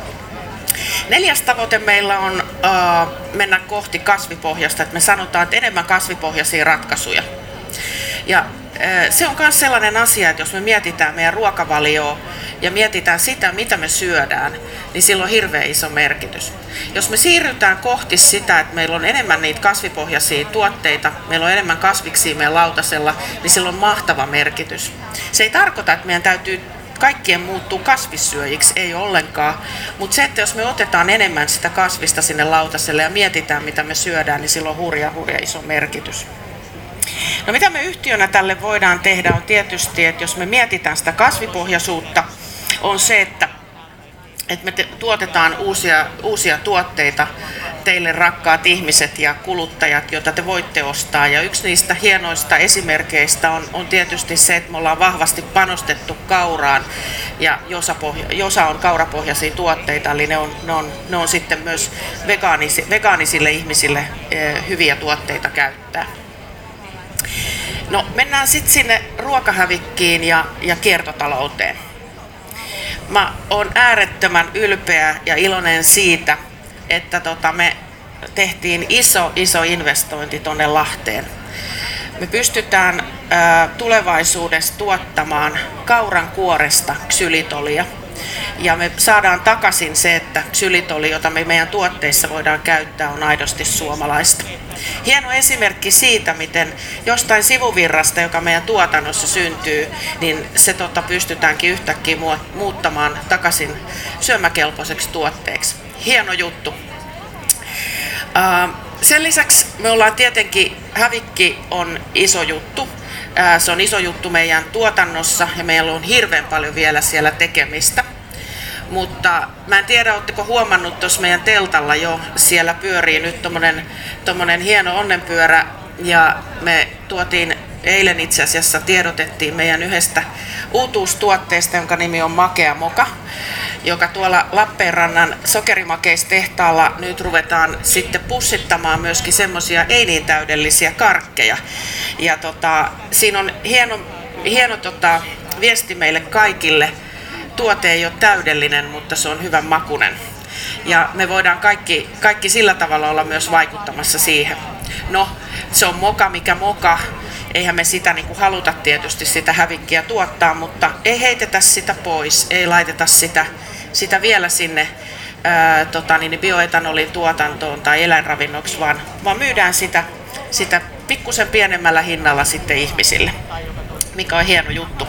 Neljäs tavoite meillä on äh, mennä kohti kasvipohjasta, että me sanotaan, että enemmän kasvipohjaisia ratkaisuja. Ja äh, se on myös sellainen asia, että jos me mietitään meidän ruokavalioa ja mietitään sitä, mitä me syödään, niin sillä on hirveän iso merkitys. Jos me siirrytään kohti sitä, että meillä on enemmän niitä kasvipohjaisia tuotteita, meillä on enemmän kasviksia meidän lautasella, niin sillä on mahtava merkitys. Se ei tarkoita, että meidän täytyy kaikkien muuttuu kasvissyöjiksi, ei ollenkaan, mutta se, että jos me otetaan enemmän sitä kasvista sinne lautaselle ja mietitään, mitä me syödään, niin sillä on hurja, hurja iso merkitys. No mitä me yhtiönä tälle voidaan tehdä on tietysti, että jos me mietitään sitä kasvipohjaisuutta, on se, että, että me te- tuotetaan uusia, uusia tuotteita teille rakkaat ihmiset ja kuluttajat, joita te voitte ostaa. Ja yksi niistä hienoista esimerkkeistä on, on tietysti se, että me ollaan vahvasti panostettu kauraan ja josa, pohja, josa on kaurapohjaisia tuotteita, eli ne on, ne on, ne on sitten myös vegaanis, vegaanisille ihmisille eh, hyviä tuotteita käyttää. No mennään sitten sinne ruokahävikkiin ja, ja kiertotalouteen. Mä oon äärettömän ylpeä ja iloinen siitä, että tota, me tehtiin iso, iso investointi tuonne Lahteen. Me pystytään ää, tulevaisuudessa tuottamaan kauran kuoresta ksylitolia. Ja me saadaan takaisin se, että ksylitoli, jota me meidän tuotteissa voidaan käyttää, on aidosti suomalaista. Hieno esimerkki siitä, miten jostain sivuvirrasta, joka meidän tuotannossa syntyy, niin se tota, pystytäänkin yhtäkkiä muuttamaan takaisin syömäkelpoiseksi tuotteeksi. Hieno juttu. Sen lisäksi me ollaan tietenkin, hävikki on iso juttu. Se on iso juttu meidän tuotannossa ja meillä on hirveän paljon vielä siellä tekemistä. Mutta mä en tiedä, ootteko huomannut tuossa meidän teltalla jo, siellä pyörii nyt tommonen, tommonen hieno onnenpyörä ja me tuotiin eilen itse asiassa tiedotettiin meidän yhdestä uutuustuotteesta, jonka nimi on Makea Moka, joka tuolla Lappeenrannan sokerimakeistehtaalla nyt ruvetaan sitten pussittamaan myöskin semmoisia ei niin täydellisiä karkkeja. Ja tota, siinä on hieno, hieno tota, viesti meille kaikille. Tuote ei ole täydellinen, mutta se on hyvän makuinen. Ja me voidaan kaikki, kaikki sillä tavalla olla myös vaikuttamassa siihen. No, se on moka mikä moka. Eihän me sitä niin kuin haluta tietysti sitä hävikkiä tuottaa, mutta ei heitetä sitä pois, ei laiteta sitä, sitä vielä sinne ää, tota, niin bioetanolin tuotantoon tai eläinravinnoksi, vaan, vaan myydään sitä, sitä pikkusen pienemmällä hinnalla sitten ihmisille, mikä on hieno juttu.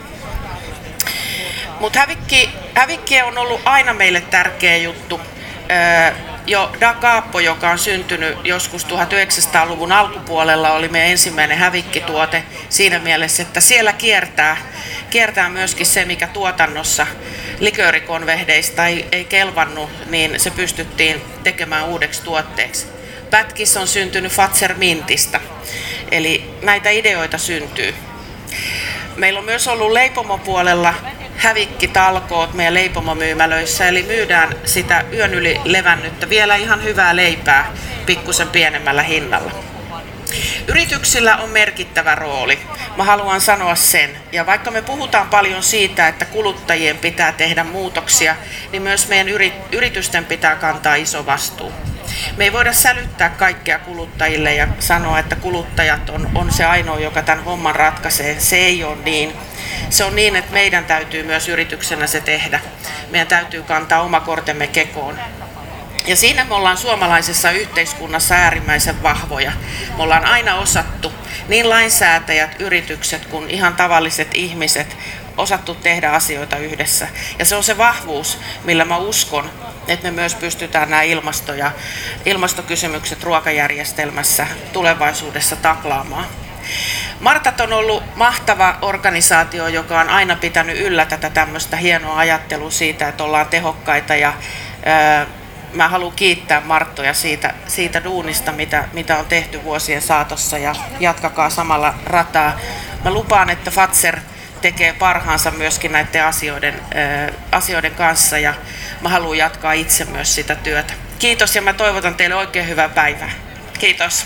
Mutta hävikki, hävikki on ollut aina meille tärkeä juttu. Ää, Jo Da Capo, joka on syntynyt joskus tuhatyhdeksänsataaluvun alkupuolella, oli meidän ensimmäinen hävikkituote siinä mielessä, että siellä kiertää, kiertää myöskin se, mikä tuotannossa liköörikonvehdeista ei, ei kelvannut, niin se pystyttiin tekemään uudeksi tuotteeksi. Pätkis on syntynyt Fazer-mintistä, eli näitä ideoita syntyy. Meillä on myös ollut leipomopuolella hävikkitalkoot meidän leipomomyymälöissä, eli myydään sitä yön yli levännyttä vielä ihan hyvää leipää pikkusen pienemmällä hinnalla. Yrityksillä on merkittävä rooli. Mä haluan sanoa sen. Ja vaikka me puhutaan paljon siitä, että kuluttajien pitää tehdä muutoksia, niin myös meidän yritysten pitää kantaa iso vastuu. Me ei voida sälyttää kaikkea kuluttajille ja sanoa, että kuluttajat on, on se ainoa, joka tämän homman ratkaisee. Se ei ole niin. Se on niin, että meidän täytyy myös yrityksenä se tehdä. Meidän täytyy kantaa oma kortemme kekoon. Ja siinä me ollaan suomalaisessa yhteiskunnassa äärimmäisen vahvoja. Me ollaan aina osattu, niin lainsäätäjät, yritykset kuin ihan tavalliset ihmiset, osattu tehdä asioita yhdessä. Ja se on se vahvuus, millä mä uskon, että me myös pystytään nämä ilmasto- ja ilmastokysymykset ruokajärjestelmässä tulevaisuudessa taklaamaan. Martat on ollut mahtava organisaatio, joka on aina pitänyt yllä tätä tämmöistä hienoa ajattelua siitä, että ollaan tehokkaita ja ää, mä haluan kiittää Marttoja siitä, siitä duunista, mitä, mitä on tehty vuosien saatossa ja jatkakaa samalla rataa. Mä lupaan, että Fazer tekee parhaansa myöskin näiden asioiden, ää, asioiden kanssa ja mä haluan jatkaa itse myös sitä työtä. Kiitos ja mä toivotan teille oikein hyvää päivää. Kiitos.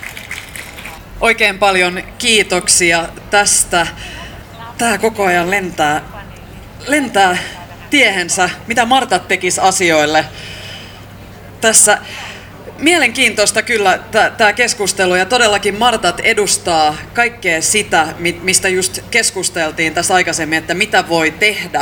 Oikein paljon kiitoksia tästä. Tää koko ajan lentää, lentää tiehensä, mitä Martat tekisi asioille. Tässä mielenkiintoista kyllä tämä keskustelu ja todellakin Martat edustaa kaikkea sitä, mistä just keskusteltiin tässä aikaisemmin, että mitä voi tehdä.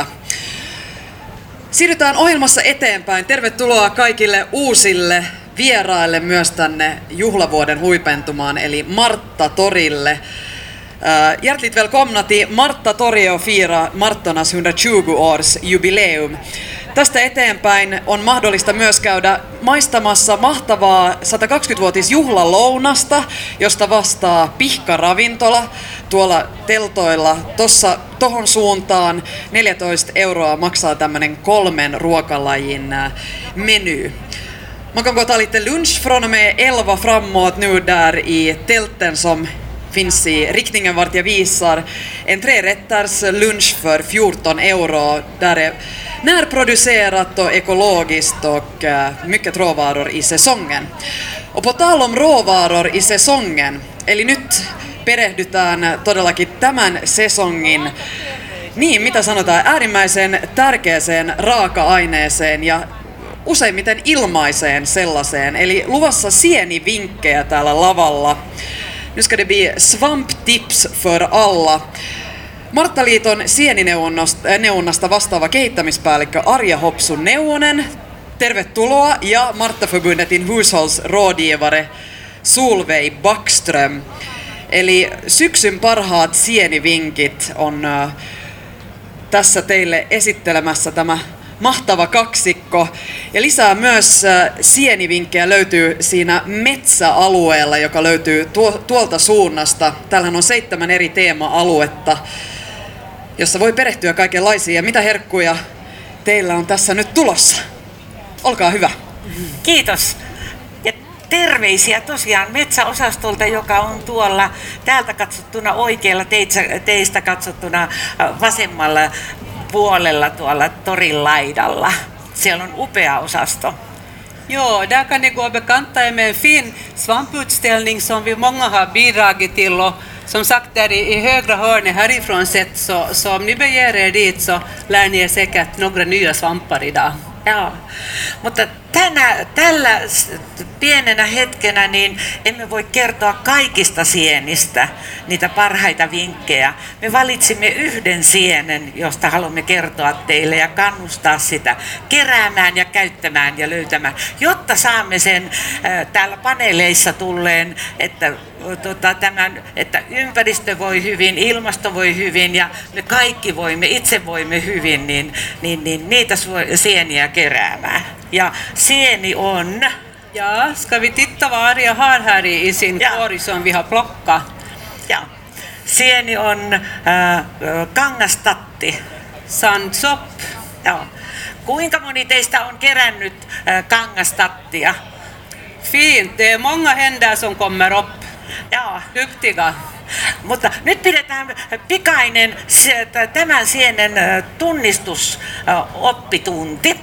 Siirrytään ohjelmassa eteenpäin. Tervetuloa kaikille uusille vieraille myös tänne juhlavuoden huipentumaan, eli Martta-torille. Hjärtligt välkomna till Martta-torget och fira Martornas hundratjugo-års jubileum. Tästä eteenpäin on mahdollista myös käydä maistamassa mahtavaa satakaksikymmenvuotisjuhlalounasta, josta vastaa Pihka-ravintola tuolla teltoilla. Tossa, tohon suuntaan neljätoista euroa maksaa tämmönen kolmen ruokalajin meny. Man kan gå och ta lite lunch från och med elva framåt nu där i tälten som finns i riktningen vart jag visar. En trerätters lunch för fjorton euro. Där är närproducerat och ekologiskt och mycket råvaror i säsongen. Och på tal om råvaror i säsongen, eli nyt perehdytään todellakin tämän sesongin, niin mitä sanotaan, äärimmäisen tärkeäseen raaka-aineeseen ja useimmiten ilmaiseen sellaiseen, eli luvassa sienivinkkejä täällä lavalla. Nu ska det bli svamptips för alla. Marttaliiton sienineuvonnasta vastaava kehittämispäällikkö Arja Hopsu-Neuvonen, tervetuloa, ja Marttaförbundetin hushållsrådgivare Solveig Backström. Eli syksyn parhaat sienivinkit on äh, tässä teille esittelemässä tämä mahtava kaksikko. Ja lisää myös äh, sienivinkkejä löytyy siinä metsäalueella, joka löytyy tuo, tuolta suunnasta. Täällähän on seitsemän eri teema-aluetta, jossa voi perehtyä kaikenlaisia. Ja mitä herkkuja teillä on tässä nyt tulossa. Olkaa hyvä. Kiitos. Ja terveisiä tosiaan metsäosastolta, joka on tuolla täältä katsottuna oikealla, teistä katsottuna vasemmalla puolella tuolla torin laidalla. Siellä on upea osasto. Ja, där kan ni gå och bekanta er med en fin svamputställning som vi många har bidragit till. Och som sagt, där i, i högra hörnet härifrån sett, så, så om ni beger er dit så lär ni er säkert några nya svampar idag. Joo, mutta tänä, tällä pienenä hetkenä niin emme voi kertoa kaikista sienistä, niitä parhaita vinkkejä. Me valitsimme yhden sienen, josta haluamme kertoa teille ja kannustaa sitä keräämään ja käyttämään ja löytämään, jotta saamme sen äh, täällä paneeleissa tulleen, että, tota, tämän, että ympäristö voi hyvin, ilmasto voi hyvin ja me kaikki voimme, itse voimme hyvin, niin, niin, niin niitä sieniä keräämään. Ja sieni on... Ja, ska vi titta vad Arja har här i, i sin ja. korg som vi har plockat? Ja. Sieni on äh, kangastatti. Sandsopp. Ja. Kuinka moni teistä on kerännyt äh, kangastattia? Fint, det är många händer som kommer upp. Ja. Duktiga. Mutta nyt pidetään pikainen tämän sienen tunnistusoppitunti.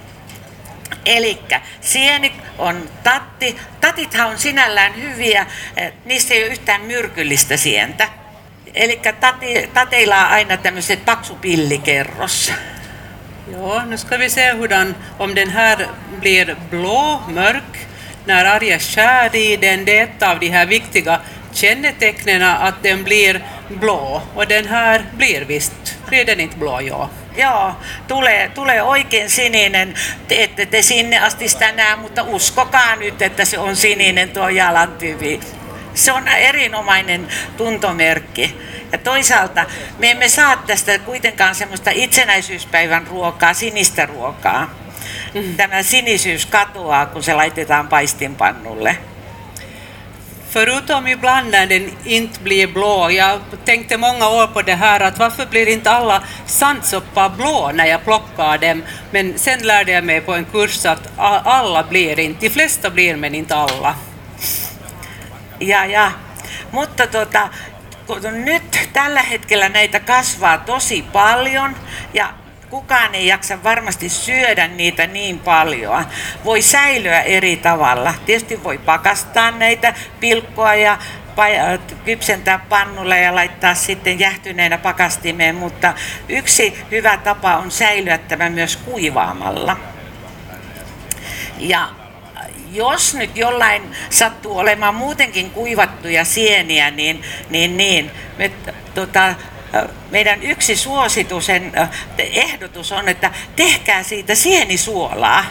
Elikkä sieni on tatti. Tatithan on sinällään hyviä, niissä ei ole yhtään myrkyllistä sientä. Elikkä tati, tateilla on aina tämmöiset paksu pillikerros. Ja, nu ska vi se hurdan, om den här blir blå, mörk, när Arja skär i den. Det är ett av de här viktiga kännetecknen att den blir blå. Och den här blir visst, blir den inte blå, ja. Joo, tulee, tulee oikein sininen. Te ette te sinne asti sitä näe, mutta uskokaa nyt, että se on sininen tuo jalantyvi. Se on erinomainen tuntomerkki. Ja toisaalta me emme saa tästä kuitenkaan semmoista itsenäisyyspäivän ruokaa, sinistä ruokaa. Tämä sinisyys katoaa, kun se laitetaan paistinpannulle. Förutom ibland när den inte blir blå, jag tänkte många år på det här att varför blir inte alla sandsoppar blå när jag plockar dem, men sen lärde jag mig på en kurs att alla blir inte, de flesta blir men inte alla. Ja, ja. Mutta tota, nyt tällä hetkellä näitä kasvaa tosi paljon ja kukaan ei jaksa varmasti syödä niitä niin paljon. Voi säilyä eri tavalla. Tietysti voi pakastaa näitä, pilkkoa ja kypsentää pannulle ja laittaa sitten jähtyneenä pakastimeen, mutta yksi hyvä tapa on säilyä tämä myös kuivaamalla. Ja jos nyt jollain sattuu olemaan muutenkin kuivattuja sieniä, niin, niin, niin me, tota, meidän yksi suositus, ehdotus on, että tehkää siitä sienisuolaa.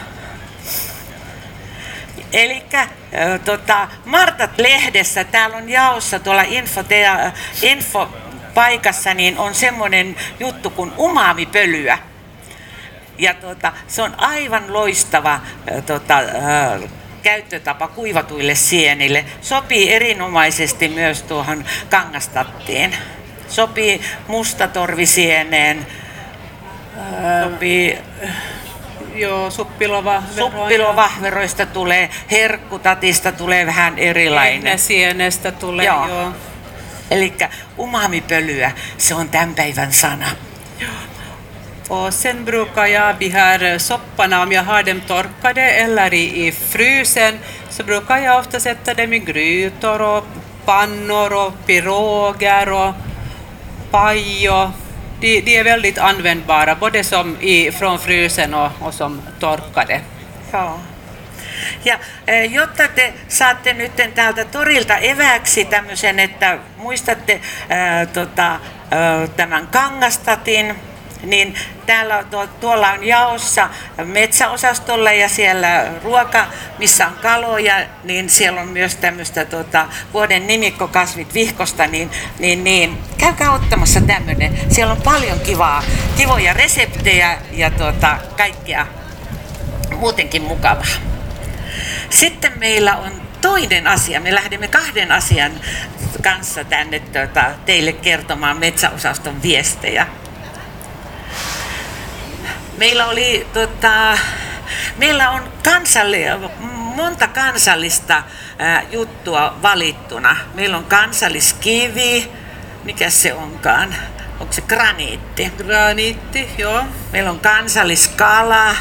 Eli tota, Martat-lehdessä, täällä on jaossa tuolla info, infopaikassa, niin on semmoinen juttu kuin umaamipölyä. Ja tota, se on aivan loistava tota, käyttötapa kuivatuille sienille. Sopii erinomaisesti myös tuohon kangastattiin. Sopii mustatorvisieneen. Sopii... Joo, suppilovahveroista. Suppilovahveroista tulee, herkkutatista tulee vähän erilainen. Vehnäsienestä tulee, joo. joo. Elikkä umamipölyä, se on tämän päivän sana. Och sen brukar jag de här sopparna, om jag har dem torkade eller i, i frysen, så brukar jag ofta sätta dem i grytor och pannor och piroger och pajo. De, de är väldigt användbara, både som i, från frysen och, och som torkade. Ja. Ja jotta te saatte nyt täältä torilta evääksi tämmöisen, että muistatte ää, tota, ää, tämän kangastatin, niin täällä tuolla on jaossa metsäosastolla ja siellä ruoka, missä on kaloja, niin siellä on myös tämmöistä tota, vuoden nimikkokasvit vihkosta, niin, niin, niin käykää ottamassa tämmöinen. Siellä on paljon kivaa, kivoja reseptejä ja tota, kaikkea muutenkin mukavaa. Sitten meillä on toinen asia. Me lähdemme kahden asian kanssa tänne tota, teille kertomaan metsäosaston viestejä. meillä oli tota, meillä on kansalli, monta kansallista ää, juttua valittuna. Meillä on kansalliskivi, mikä se onkaan? Onko se graniitti? Graniitti, joo. Meillä on kansalliskala,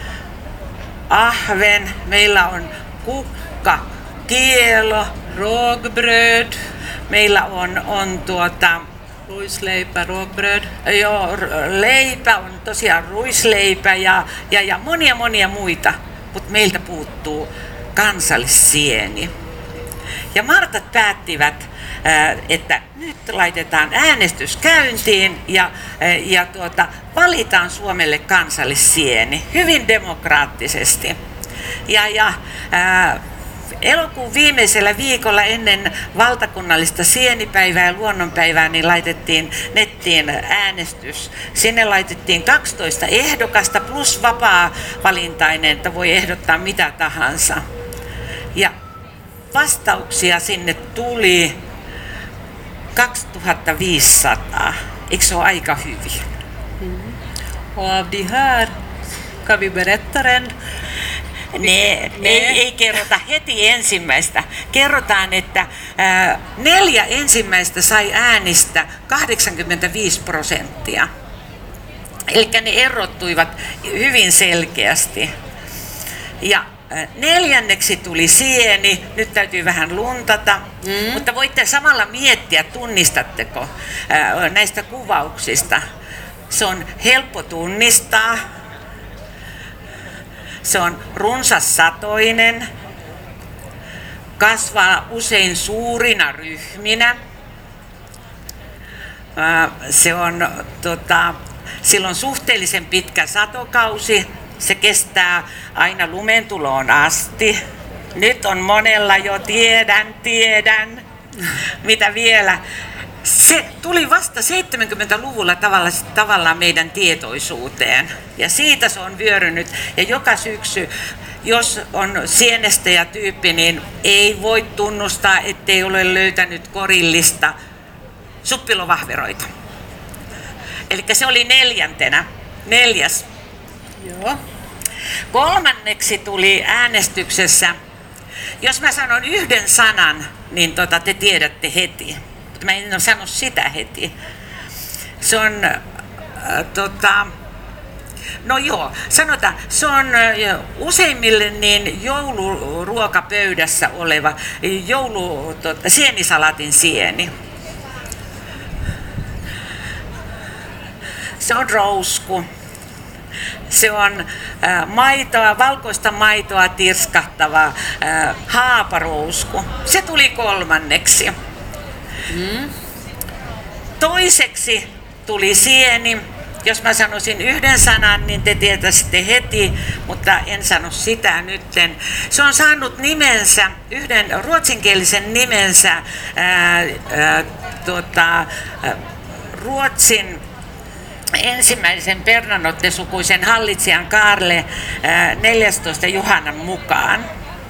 ahven, meillä on kukka, kielo, rågbröd. Meillä on, on tuota, ruisleipä, rågbröd. Joo, leipä on tosiaan ruisleipä ja, ja, ja monia monia muita, mutta meiltä puuttuu kansallissieni. Ja Martat päättivät, että nyt laitetaan äänestys käyntiin ja, ja tuota, valitaan Suomelle kansallissieni hyvin demokraattisesti. Ja, ja ää, elokuun viimeisellä viikolla ennen valtakunnallista sienipäivää ja luonnonpäivää niin laitettiin nettiin äänestys. Sinne laitettiin kaksitoista ehdokasta plus vapaa-valintainen, että voi ehdottaa mitä tahansa. Ja vastauksia sinne tuli kaksituhattaviisisataa. Eikö se ole aika hyvin? Mm. Och av de här kan vi berätta en. Ne, ne. Ei, ei kerrota heti ensimmäistä. Kerrotaan, että ää, neljä ensimmäistä sai äänistä kahdeksankymmentäviisi prosenttia. Eli ne erottuivat hyvin selkeästi. Ja neljänneksi tuli sieni, nyt täytyy vähän luntata, mm. mutta voitte samalla miettiä, tunnistatteko ää, näistä kuvauksista. Se on helppo tunnistaa, se on runsassatoinen, kasvaa usein suurina ryhminä, ää, se on, tota, sillä on suhteellisen pitkä satokausi. Se kestää aina lumentuloon asti. Nyt on monella jo tiedän, tiedän, mitä vielä. Se tuli vasta seitsemänkymmentäluvulla tavallaan, tavallaan meidän tietoisuuteen. Ja siitä se on vyörynyt. Ja joka syksy, jos on sienestäjätyyppi, niin ei voi tunnustaa, ettei ole löytänyt korillista suppilovahveroita. Eli se oli neljäntenä. Neljäs. Joo. Kolmanneksi tuli äänestyksessä, jos mä sanon yhden sanan, niin tota, te tiedätte heti. Mä en sano sitä heti. Se on, äh, tota, no joo, sanotaan, se on äh, useimmille niin jouluruokapöydässä oleva joulu, tota, sienisalatin sieni. Se on rousku. Se on äh, maitoa, valkoista maitoa tirskahtava äh, haaparousku. Se tuli kolmanneksi. Mm. Toiseksi tuli sieni. Jos mä sanoisin yhden sanan, niin te tietäisitte heti, mutta en sano sitä nytten. Se on saanut nimensä, yhden ruotsinkielisen nimensä, ää, ää, tota, Ruotsin ensimmäisen Bernadotte-sukuisen hallitsijan Karle neljästoista Juhanan mukaan,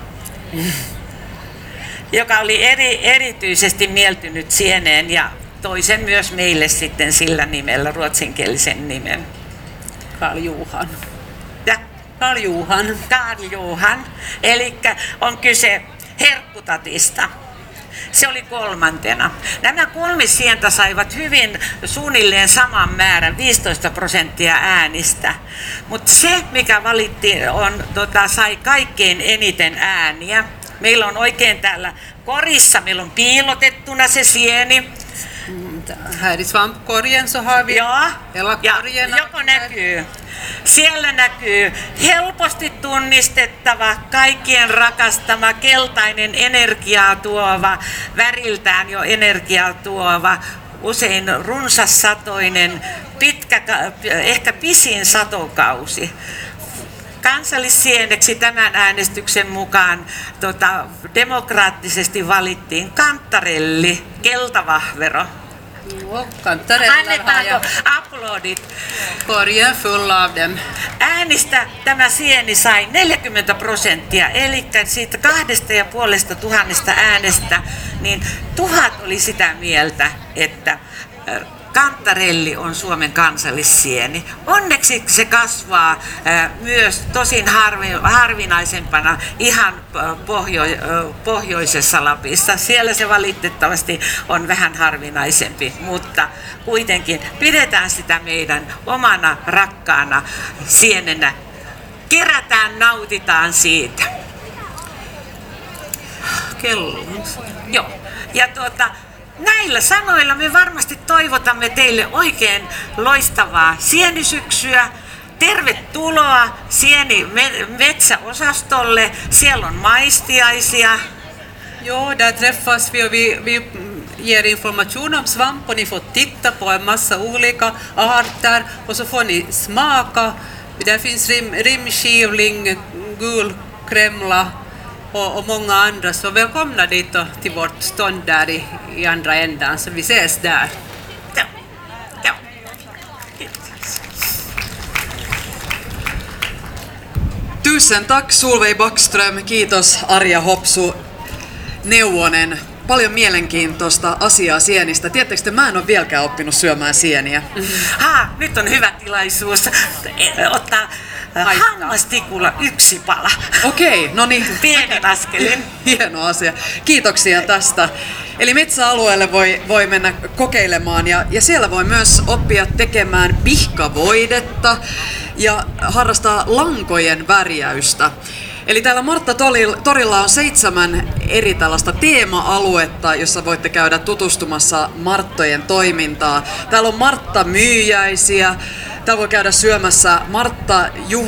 joka oli eri, erityisesti mieltynyt sieneen ja toisen myös meille sitten sillä nimellä, ruotsinkielisen nimen. Karl Johan. Ja? Karl Johan. Karl Johan. Eli on kyse herkkutatista. Se oli kolmantena. Nämä kolme sientä saivat hyvin suunnilleen saman määrän, viisitoista prosenttia äänistä. Mutta se, mikä valittiin, on, tota, sai kaikkein eniten ääniä. Meillä on oikein täällä korissa, meillä on piilotettuna se sieni. Här i svampkorgen så har vi ja, hela korgen. Ja, joko näkyy. Siellä näkyy helposti tunnistettava, kaikkien rakastama, keltainen energiaa tuova, väriltään jo energiaa tuova, usein runsassatoinen, pitkä, ehkä pisin satokausi. Kansallissieneksi tämän äänestyksen mukaan tota, demokraattisesti valittiin kantarelli, keltavahvero. Joo, kantarellar har jag. Aplodit. Korgen full av dem. Äänistä tämä sieni sai neljäkymmentä prosenttia, eli siitä kahdesta ja puolesta tuhannesta äänestä, niin tuhat oli sitä mieltä, että kantarelli on Suomen kansallissieni. Onneksi se kasvaa ää, myös tosin harvi, harvinaisempana ihan pohjo, pohjoisessa Lapissa. Siellä se valitettavasti on vähän harvinaisempi, mutta kuitenkin pidetään sitä meidän omana rakkaana sienenä. Kerätään, nautitaan siitä. Kello. Joo. Ja tuota, näillä sanoilla me varmasti toivotamme teille oikein loistavaa sienisyksyä. Tervetuloa Sieni metsäosastolle. Siellä on maistiaisia. Ja, där träffas vi och vi, vi ger information om svamp och ni får titta på en massa olika arter och så får ni smaka. Där finns rim, rimskivling, gulkremla och, och många andra, så välkomna dit och till vårt stånd där i, i andra ändan, så vi ses där. Ja. Ja. Tusen tack Solveig Backström, kiitos Arja Hopsu Neuvonen. Paljon mielenkiintoista asiaa sienistä. Tiedättekö te, mä en ole vieläkään oppinut syömään sieniä. Ha, nyt on hyvä tilaisuus ottaa hammastikulla yksi pala. Okei, no niin. Pienen askelin. Hieno asia. Kiitoksia tästä. Eli metsäalueelle voi, voi mennä kokeilemaan ja, ja siellä voi myös oppia tekemään pihkavoidetta ja harrastaa lankojen värjäystä. Eli täällä Martta torilla on seitsemän eri tällaista teema-aluetta, jossa voitte käydä tutustumassa Marttojen toimintaa. Täällä on Martta myyjäisiä, täällä voi käydä syömässä Martta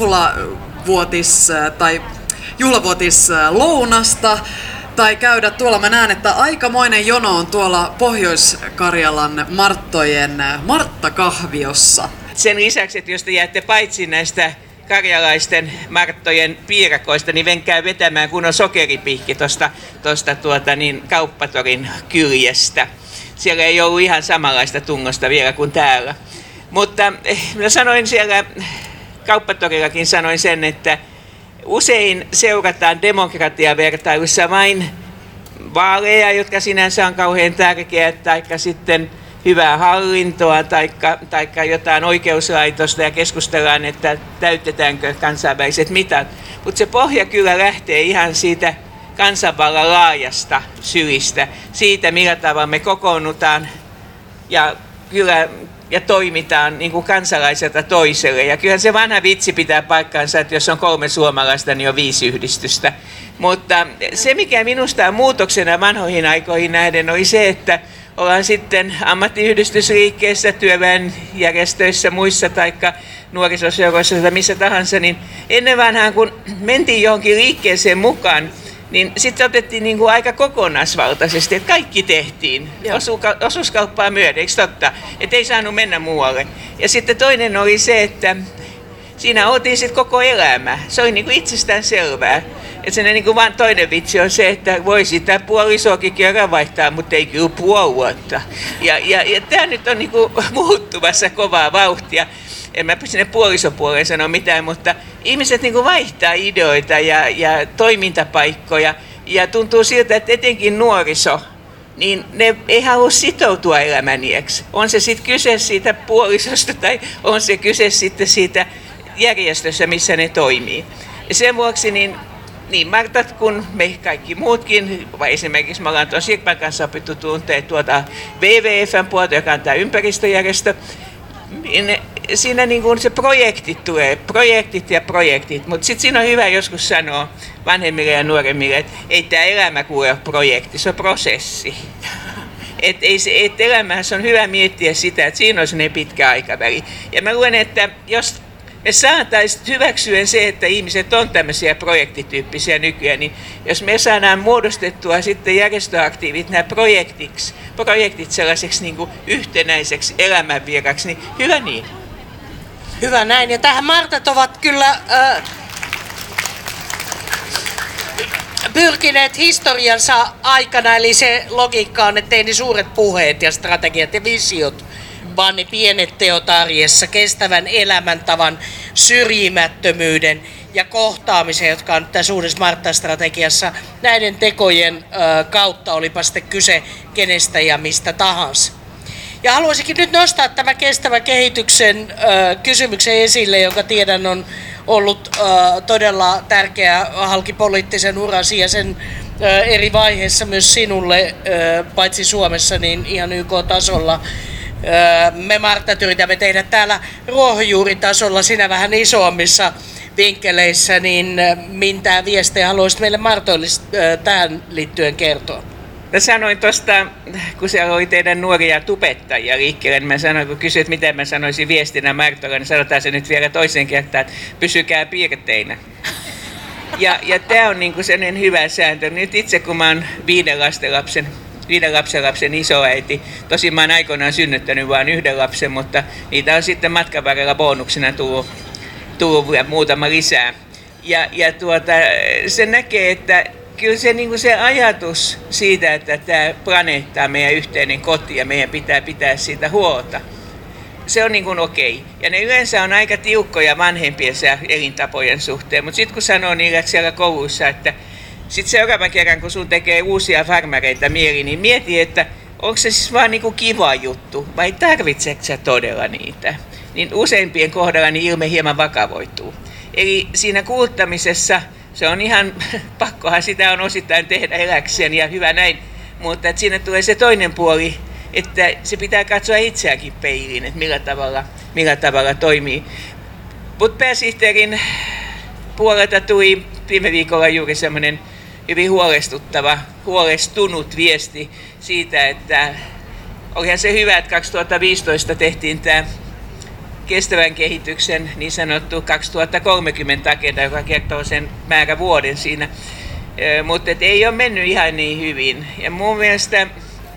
juhlavuotis tai juhlavuotis lounasta, tai käydä tuolla, mä näen, että aikamoinen jono on tuolla Pohjois-Karjalan Marttojen Martta-kahviossa. Sen lisäksi, että jos te jäätte paitsi näistä karjalaisten Marttojen piirakoista, niin venkää vetämään kunnon sokeripihki tuosta tosta tuota, niin Kauppatorin kyljestä. Siellä ei ollut ihan samanlaista tungosta vielä kuin täällä. Mutta mä sanoin siellä Kauppatorillakin sanoin sen, että usein seurataan demokratiavertailussa vain vaaleja, jotka sinänsä on kauhean tärkeää, taikka sitten hyvää hallintoa taikka, taikka jotain oikeuslaitosta ja keskustellaan, että täytetäänkö kansainväliset mitat. Mutta se pohja kyllä lähtee ihan siitä kansanvallan laajasta sylistä, siitä millä tavalla me kokoonnutaan ja, kyllä, ja toimitaan niin kuin kansalaiselta toiselle. Ja kyllähän se vanha vitsi pitää paikkaansa, että jos on kolme suomalaista, niin on viisi yhdistystä. Mutta se, mikä minusta on muutoksena vanhoihin aikoihin nähden, oli se, että ollaan sitten ammattiyhdistysliikkeessä, työväenjärjestöissä, muissa taikka nuorisoseuroissa tai missä tahansa, niin ennen vanhaan kun mentiin johonkin liikkeeseen mukaan, niin sitten otettiin niin kuin aika kokonaisvaltaisesti, että kaikki tehtiin Osuka, osuuskauppaa myöden, eikö totta? Että ei saanut mennä muualle. Ja sitten toinen oli se, että siinä oltiin sitten koko elämä. Se oli niin kuin itsestään selvää. Että sen niin kuin vaan toinen vitsi on se, että voi sitä puolisoakin kerran vaihtaa, mutta ei kyllä puoluetta. Ja, ja, ja tämä nyt on niin kuin muuttumassa kovaa vauhtia. En mä sinne puolisopuoleen sano mitään, mutta ihmiset niin kuin vaihtaa ideoita ja, ja toimintapaikkoja. Ja tuntuu siltä, että etenkin nuoriso, niin ne ei halua sitoutua elämänieksi. On se sitten kyse siitä puolisosta tai on se kyse sitten siitä järjestössä, missä ne toimii. Ja sen vuoksi niin Niin Martat kuin me kaikki muutkin, vai esimerkiksi me ollaan tuon Sirpan kanssa opittu tuntea tuota W W F:n puolta, joka on tämä ympäristöjärjestö. Siinä niin kuin se projektit tulee, projektit ja projektit, mutta sitten siinä on hyvä joskus sanoa vanhemmille ja nuoremmille, että ei tämä elämä kuule ole projekti, se on prosessi. Et ei se, et elämässä on hyvä miettiä sitä, että siinä on sellainen pitkä aikaväli. Ja mä luen, että jos me saataisiin hyväksyä se, että ihmiset on tämmöisiä projektityyppisiä nykyään, niin jos me saadaan muodostettua sitten järjestöaktiivit nämä projektiksi, projektit sellaiseksi niin kuin yhtenäiseksi elämänvieraksi, niin hyvä niin. Hyvä näin. Ja tähän Martat ovat kyllä äh, pyrkineet historiansa aikana, eli se logiikka on, ettei ne suuret puheet ja strategiat ja visiot, vaan ne pienet teot arjessa, kestävän elämäntavan, syrjimättömyyden ja kohtaamisen, jotka on tässä uudessa Martta-strategiassa, näiden tekojen ö, kautta, olipa sitten kyse kenestä ja mistä tahansa. Ja haluaisinkin nyt nostaa tämän kestävän kehityksen äh, kysymyksen esille, jonka tiedän on ollut äh, todella tärkeä halki poliittisen urasi ja sen äh, eri vaiheissa myös sinulle, äh, paitsi Suomessa, niin ihan Y K-tasolla. Äh, me Marttat yritämme tehdä täällä ruohonjuuritasolla, sinä vähän isommissa vinkkeleissä, niin äh, mitä viestejä haluaisit meille Martoille äh, tähän liittyen kertoa? Mä sanoin tuosta, kun siellä oli teidän nuoria tubettajia liikkeelle, niin mä sanoin, kun kysyit, miten mä sanoisin viestinä Martolle, niin sanotaan se nyt vielä toisen kertaan, että pysykää piirteinä. Ja, ja tämä on niinku sellainen hyvä sääntö. Nyt itse, kun mä oon viiden lastenlapsen, viiden lapsen lapsen isoäiti, tosin mä oon aikoinaan synnyttänyt vain yhden lapsen, mutta niitä on sitten matkan varrella bonuksena tullut, tullut muutama lisää. Ja, ja tuota, se näkee, että kyllä se, niin kuin se ajatus siitä, että tämä planeetta on meidän yhteinen koti ja meidän pitää pitää siitä huolta, se on niin kuin okei. Ja ne yleensä on aika tiukkoja vanhempiensa elintapojen suhteen, mutta sitten kun sanoo niille siellä kouluissa, että sitten seuraavan kerran kun sun tekee uusia farmareita mieli, niin mieti, että onko se siis vaan niin kuin kiva juttu vai tarvitsetko sä todella niitä? Niin useimpien kohdalla niin ilme hieman vakavoituu. Eli siinä kuluttamisessa se on ihan, pakkohan sitä on osittain tehdä eläkseen ja hyvä näin, mutta että siinä tulee se toinen puoli, että se pitää katsoa itseäkin peiliin, että millä tavalla, millä tavalla toimii. Mutta pääsihteerin puolelta tuli viime viikolla juuri semmoinen hyvin huolestuttava, huolestunut viesti siitä, että olihan se hyvä, että kaksituhattaviisitoista tehtiin tämä kestävän kehityksen niin sanottu kaksituhattakolmekymmentä agenda, joka kertoo sen määrä vuoden siinä. Mutta ei ole mennyt ihan niin hyvin. Ja mun mielestä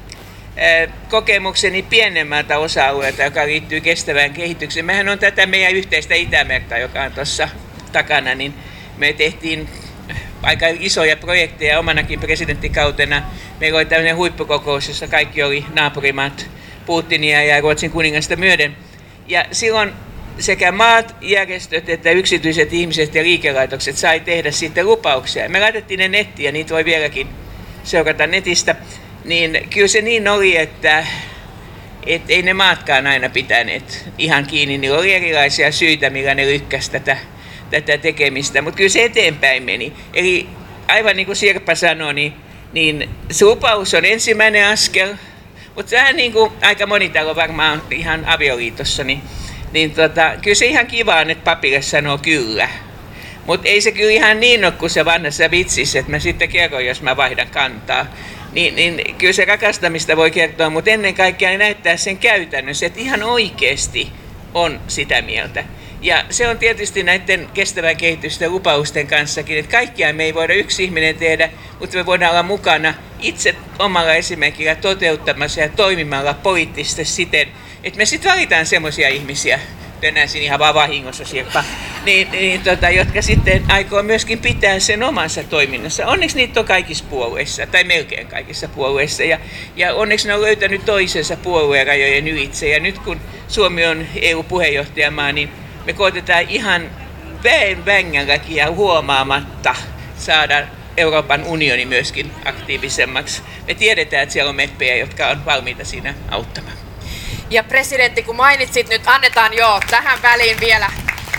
kokemukseni pienemmältä osa-alueelta, joka liittyy kestävään kehitykseen, mehän on tätä meidän yhteistä Itämerta, joka on tuossa takana, niin me tehtiin aika isoja projekteja omanakin presidenttikautena. Meillä oli tämmöinen huippukokous, jossa kaikki oli naapurimaat Putinia ja Ruotsin kuningasta myöden. Ja silloin sekä maat, järjestöt että yksityiset ihmiset ja liikelaitokset sai tehdä sitten lupauksia. Me laitettiin ne nettiin ja niitä voi vieläkin seurata netistä. Niin kyllä se niin oli, että et ei ne maatkaan aina pitäneet ihan kiinni. Niillä oli erilaisia syitä, millä ne lykkäsi tätä, tätä tekemistä, mutta kyllä se eteenpäin meni. Eli aivan niin kuin Sirpa sanoi, niin, niin se lupaus on ensimmäinen askel. Mutta vähän niin kuin aika moni täällä on varmaan ihan avioliitossa, niin, niin tota, kyllä se ihan kiva on, että papille sanoo kyllä. Mutta ei se kyllä ihan niin ole kuin se vanhassa vitsissä, että mä sitten kerron, jos mä vaihdan kantaa. Niin, niin kyllä se rakastamista voi kertoa, mutta ennen kaikkea näyttää sen käytännössä, että ihan oikeasti on sitä mieltä. Ja se on tietysti näiden kestävän kehitysten lupausten kanssakin, että kaikkia me ei voida yksi ihminen tehdä, mutta me voidaan olla mukana itse omalla esimerkillä toteuttamassa ja toimimalla poliittisesti siten, että me sitten valitaan semmoisia ihmisiä, tönäisin ihan vaan vahingossa Sirpa, niin, niin, tota, jotka sitten aikoo myöskin pitää sen omansa toiminnassa. Onneksi niitä on kaikissa puolueissa, tai melkein kaikissa puolueissa, ja, ja onneksi ne on löytänyt toisensa puoluerajojen ylitse. Ja nyt kun Suomi on E U-puheenjohtajamaa, niin me koetetaan ihan väen vängälläkin ja huomaamatta saada Euroopan unioni myöskin aktiivisemmaksi. Me tiedetään, että siellä on meppejä, jotka on valmiita siinä auttamaan. Ja presidentti, kun mainitsit nyt, annetaan jo tähän väliin vielä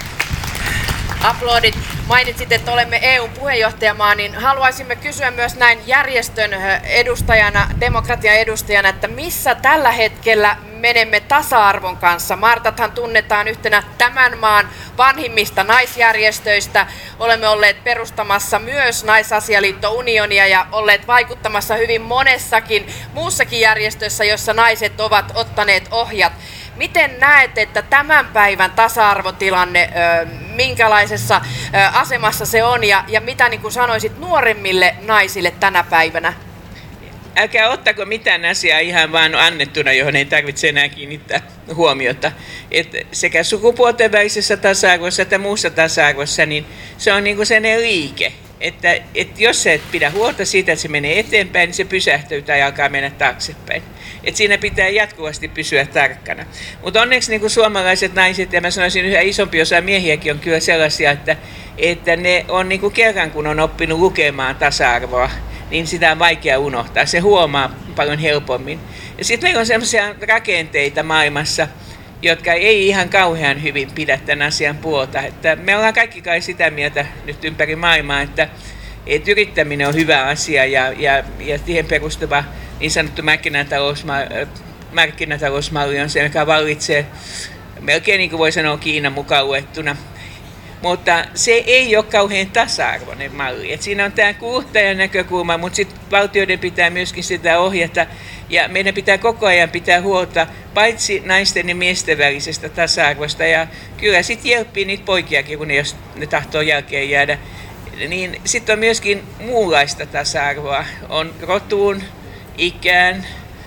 aplodit. Mainitsit, että olemme E U:n puheenjohtajamaa, niin haluaisimme kysyä myös näin järjestön edustajana, demokratian edustajana, että missä tällä hetkellä menemme tasa-arvon kanssa. Martathan tunnetaan yhtenä tämän maan vanhimmista naisjärjestöistä. Olemme olleet perustamassa myös Naisasialiitto Unionia ja olleet vaikuttamassa hyvin monessakin muussakin järjestössä, jossa naiset ovat ottaneet ohjat. Miten näet, että tämän päivän tasa-arvotilanne, minkälaisessa asemassa se on ja, ja mitä niin kuin sanoisit nuoremmille naisille tänä päivänä? Älkää ottako mitään asiaa ihan vaan annettuna, johon ei tarvitse enää kiinnittää huomiota. Et sekä sukupuolten välisessä tasa-arvossa että muussa tasa-arvossa, niin se on niinku sellainen liike. Että et jos sä et pidä huolta siitä, että se menee eteenpäin, niin se pysähtyy tai alkaa mennä taaksepäin. Et siinä pitää jatkuvasti pysyä tarkkana. Mutta onneksi niin kuin suomalaiset naiset, ja mä sanoisin yhä isompi osa miehiäkin on kyllä sellaisia, että, että ne on niin kuin kerran kun on oppinut lukemaan tasa-arvoa, niin sitä on vaikea unohtaa. Se huomaa paljon helpommin. Ja sitten meillä on sellaisia rakenteita maailmassa, jotka ei ihan kauhean hyvin pidä tämän asian puolta. Että me ollaan kaikki kai sitä mieltä nyt ympäri maailmaa, että, että yrittäminen on hyvä asia ja, ja, ja siihen perustuva niin sanottu markkinatalousmalli, markkinatalousmalli on se, joka vallitsee melkein niin kuin voi sanoa Kiinan mukaan luettuna. Mutta se ei ole kauhean tasa-arvoinen malli. Et siinä on tämä kuluttajan näkökulma, mutta sitten valtioiden pitää myöskin sitä ohjata. Ja meidän pitää koko ajan pitää huolta paitsi naisten ja miesten välisestä tasa-arvosta. Ja kyllä sitten jelppii niitä poikiakin, kun ne, jos ne tahtoo jälkeen jäädä. Niin sitten on myöskin muunlaista tasa-arvoa. On rotuun, ikään,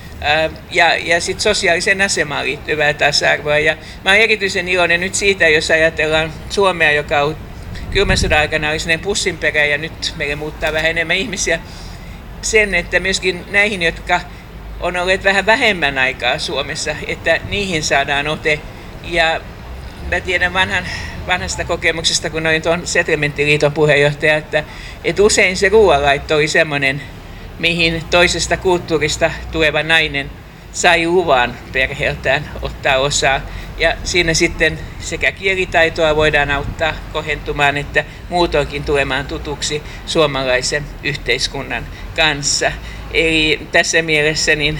ja, ja sitten sosiaaliseen asemaan liittyvää tasa-arvoa. Ja mä olen erityisen iloinen nyt siitä, jos ajatellaan Suomea, joka on kylmän sodan aikana oli sellainen pussinperä ja nyt meille muuttaa vähän enemmän ihmisiä. Sen, että myöskin näihin, jotka on olleet vähän vähemmän aikaa Suomessa, että niihin saadaan ote. Ja mä tiedän vanhan, vanhasta kokemuksesta, kun olin tuon Settlementtiliiton puheenjohtaja, että, että usein se ruoanlaitto oli semmoinen, mihin toisesta kulttuurista tuleva nainen sai luvan perheeltään ottaa osaa. Ja siinä sitten sekä kielitaitoa voidaan auttaa kohentumaan, että muutoinkin tulemaan tutuksi suomalaisen yhteiskunnan kanssa. Eli tässä mielessä niin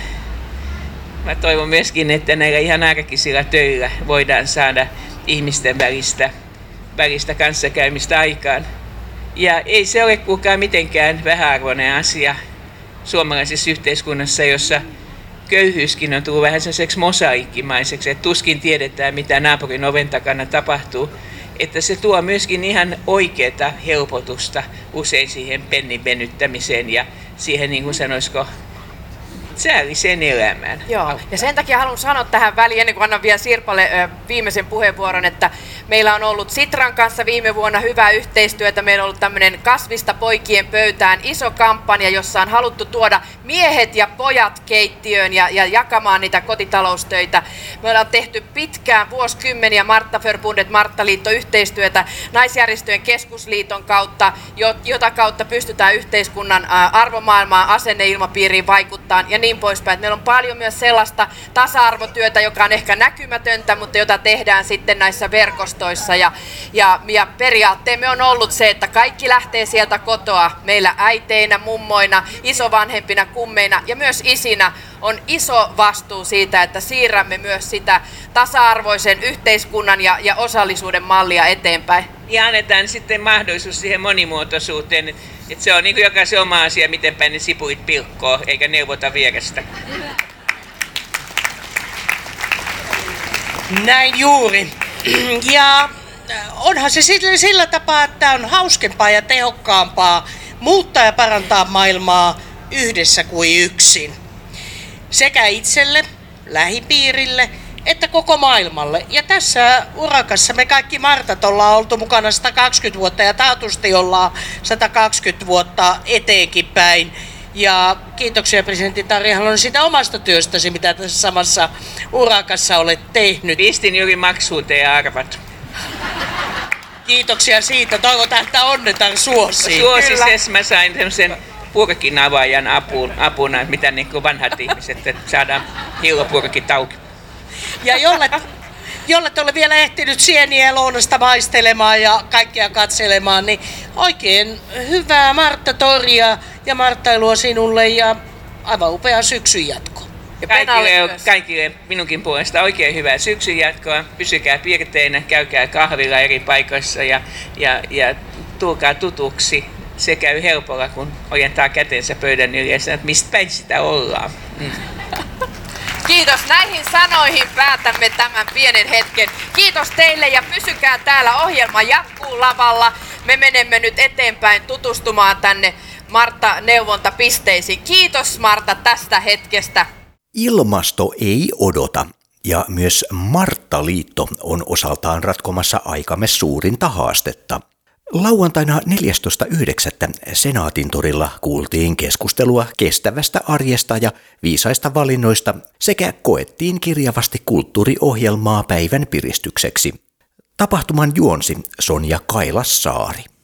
mä toivon myöskin, että näillä ihan arkisilla töillä voidaan saada ihmisten välistä, välistä kanssakäymistä aikaan. Ja ei se ole kukaan mitenkään vähäarvoinen asia suomalaisessa yhteiskunnassa, jossa köyhyyskin on tullut vähän sellaiseksi mosaiikkimaiseksi, että tuskin tiedetään, mitä naapurin oven takana tapahtuu. Että se tuo myöskin ihan oikeaa helpotusta usein siihen pennin venyttämiseen ja siihen, niin kuin sanoisiko, säälliseen elämään. Joo, ja sen takia haluan sanoa tähän väliin, ennen kuin annan vielä Sirpalle ö, viimeisen puheenvuoron, että meillä on ollut Sitran kanssa viime vuonna hyvää yhteistyötä. Meillä on ollut tämmöinen kasvista poikien pöytään iso kampanja, jossa on haluttu tuoda miehet ja pojat keittiöön ja, ja jakamaan niitä kotitaloustöitä. Me ollaan tehty pitkään, vuosikymmeniä Marttaförbundet, Marttaliitto yhteistyötä Naisjärjestöjen keskusliiton kautta, jota kautta pystytään yhteiskunnan arvomaailmaan, asenneilmapiiriin vaikuttamaan ja niin poispäin. Meillä on paljon myös sellaista tasa-arvotyötä, joka on ehkä näkymätöntä, mutta jota tehdään sitten näissä verkostoissa. Ja, ja, ja periaatteemme on ollut se, että kaikki lähtee sieltä kotoa. Meillä äiteinä, mummoina, isovanhempina, kummeina ja myös isinä on iso vastuu siitä, että siirrämme myös sitä tasa-arvoisen yhteiskunnan ja, ja osallisuuden mallia eteenpäin. Ja annetaan sitten mahdollisuus siihen monimuotoisuuteen, että se on niin kuin jokaisen oma asia, miten päin ne sipulit pilkkoo, eikä neuvota vierestä. Näin juuri. Ja onhan se sillä, sillä tapaa, että on hauskempaa ja tehokkaampaa muuttaa ja parantaa maailmaa yhdessä kuin yksin. Sekä itselle, lähipiirille, että koko maailmalle. Ja tässä urakassa me kaikki Martat ollaan oltu mukana sata kaksikymmentä vuotta ja taatusti ollaan sata kaksikymmentä vuotta eteenkin päin. Ja kiitoksia presidentti Tarja Halonen siitä omasta työstäsi, mitä tässä samassa urakassa olet tehnyt. Pistin juuri maksuun teidän arvat. Kiitoksia siitä. Toivotaan, että onnetaan suosiin. Suosisessa mä sain semmoisen purkin avaajan apuun, apuna, mitä niin kuin vanhat ihmiset, että saadaan hillopurkit auki. Ja jolle, jolle ole vielä ehtinyt sieniä ja lounasta maistelemaan ja kaikkea katselemaan, niin oikein hyvää Marttatoria ja marttailua sinulle ja aivan upea syksyn jatko. Ja kaikille, kaikille minunkin puolesta oikein hyvää syksyn jatkoa. Pysykää pirteinä, käykää kahvilla eri paikoissa ja, ja, ja tulkaa tutuksi. Se käy helpolla, kun ojentaa kätensä pöydän yli ja sanoo, että mistä päin sitä ollaan. Mm. Kiitos. Näihin sanoihin päätämme tämän pienen hetken. Kiitos teille ja pysykää täällä. Ohjelma jatkuu lavalla. Me menemme nyt eteenpäin tutustumaan tänne Martta-neuvontapisteisiin. Kiitos Martta tästä hetkestä. Ilmasto ei odota. Ja myös Marttaliitto on osaltaan ratkomassa aikamme suurinta haastetta. Lauantaina neljästoista yhdeksättä Senaatintorilla kuultiin keskustelua kestävästä arjesta ja viisaista valinnoista sekä koettiin kirjavasti kulttuuriohjelmaa päivän piristykseksi. Tapahtuman juonsi Sonja Kailassaari.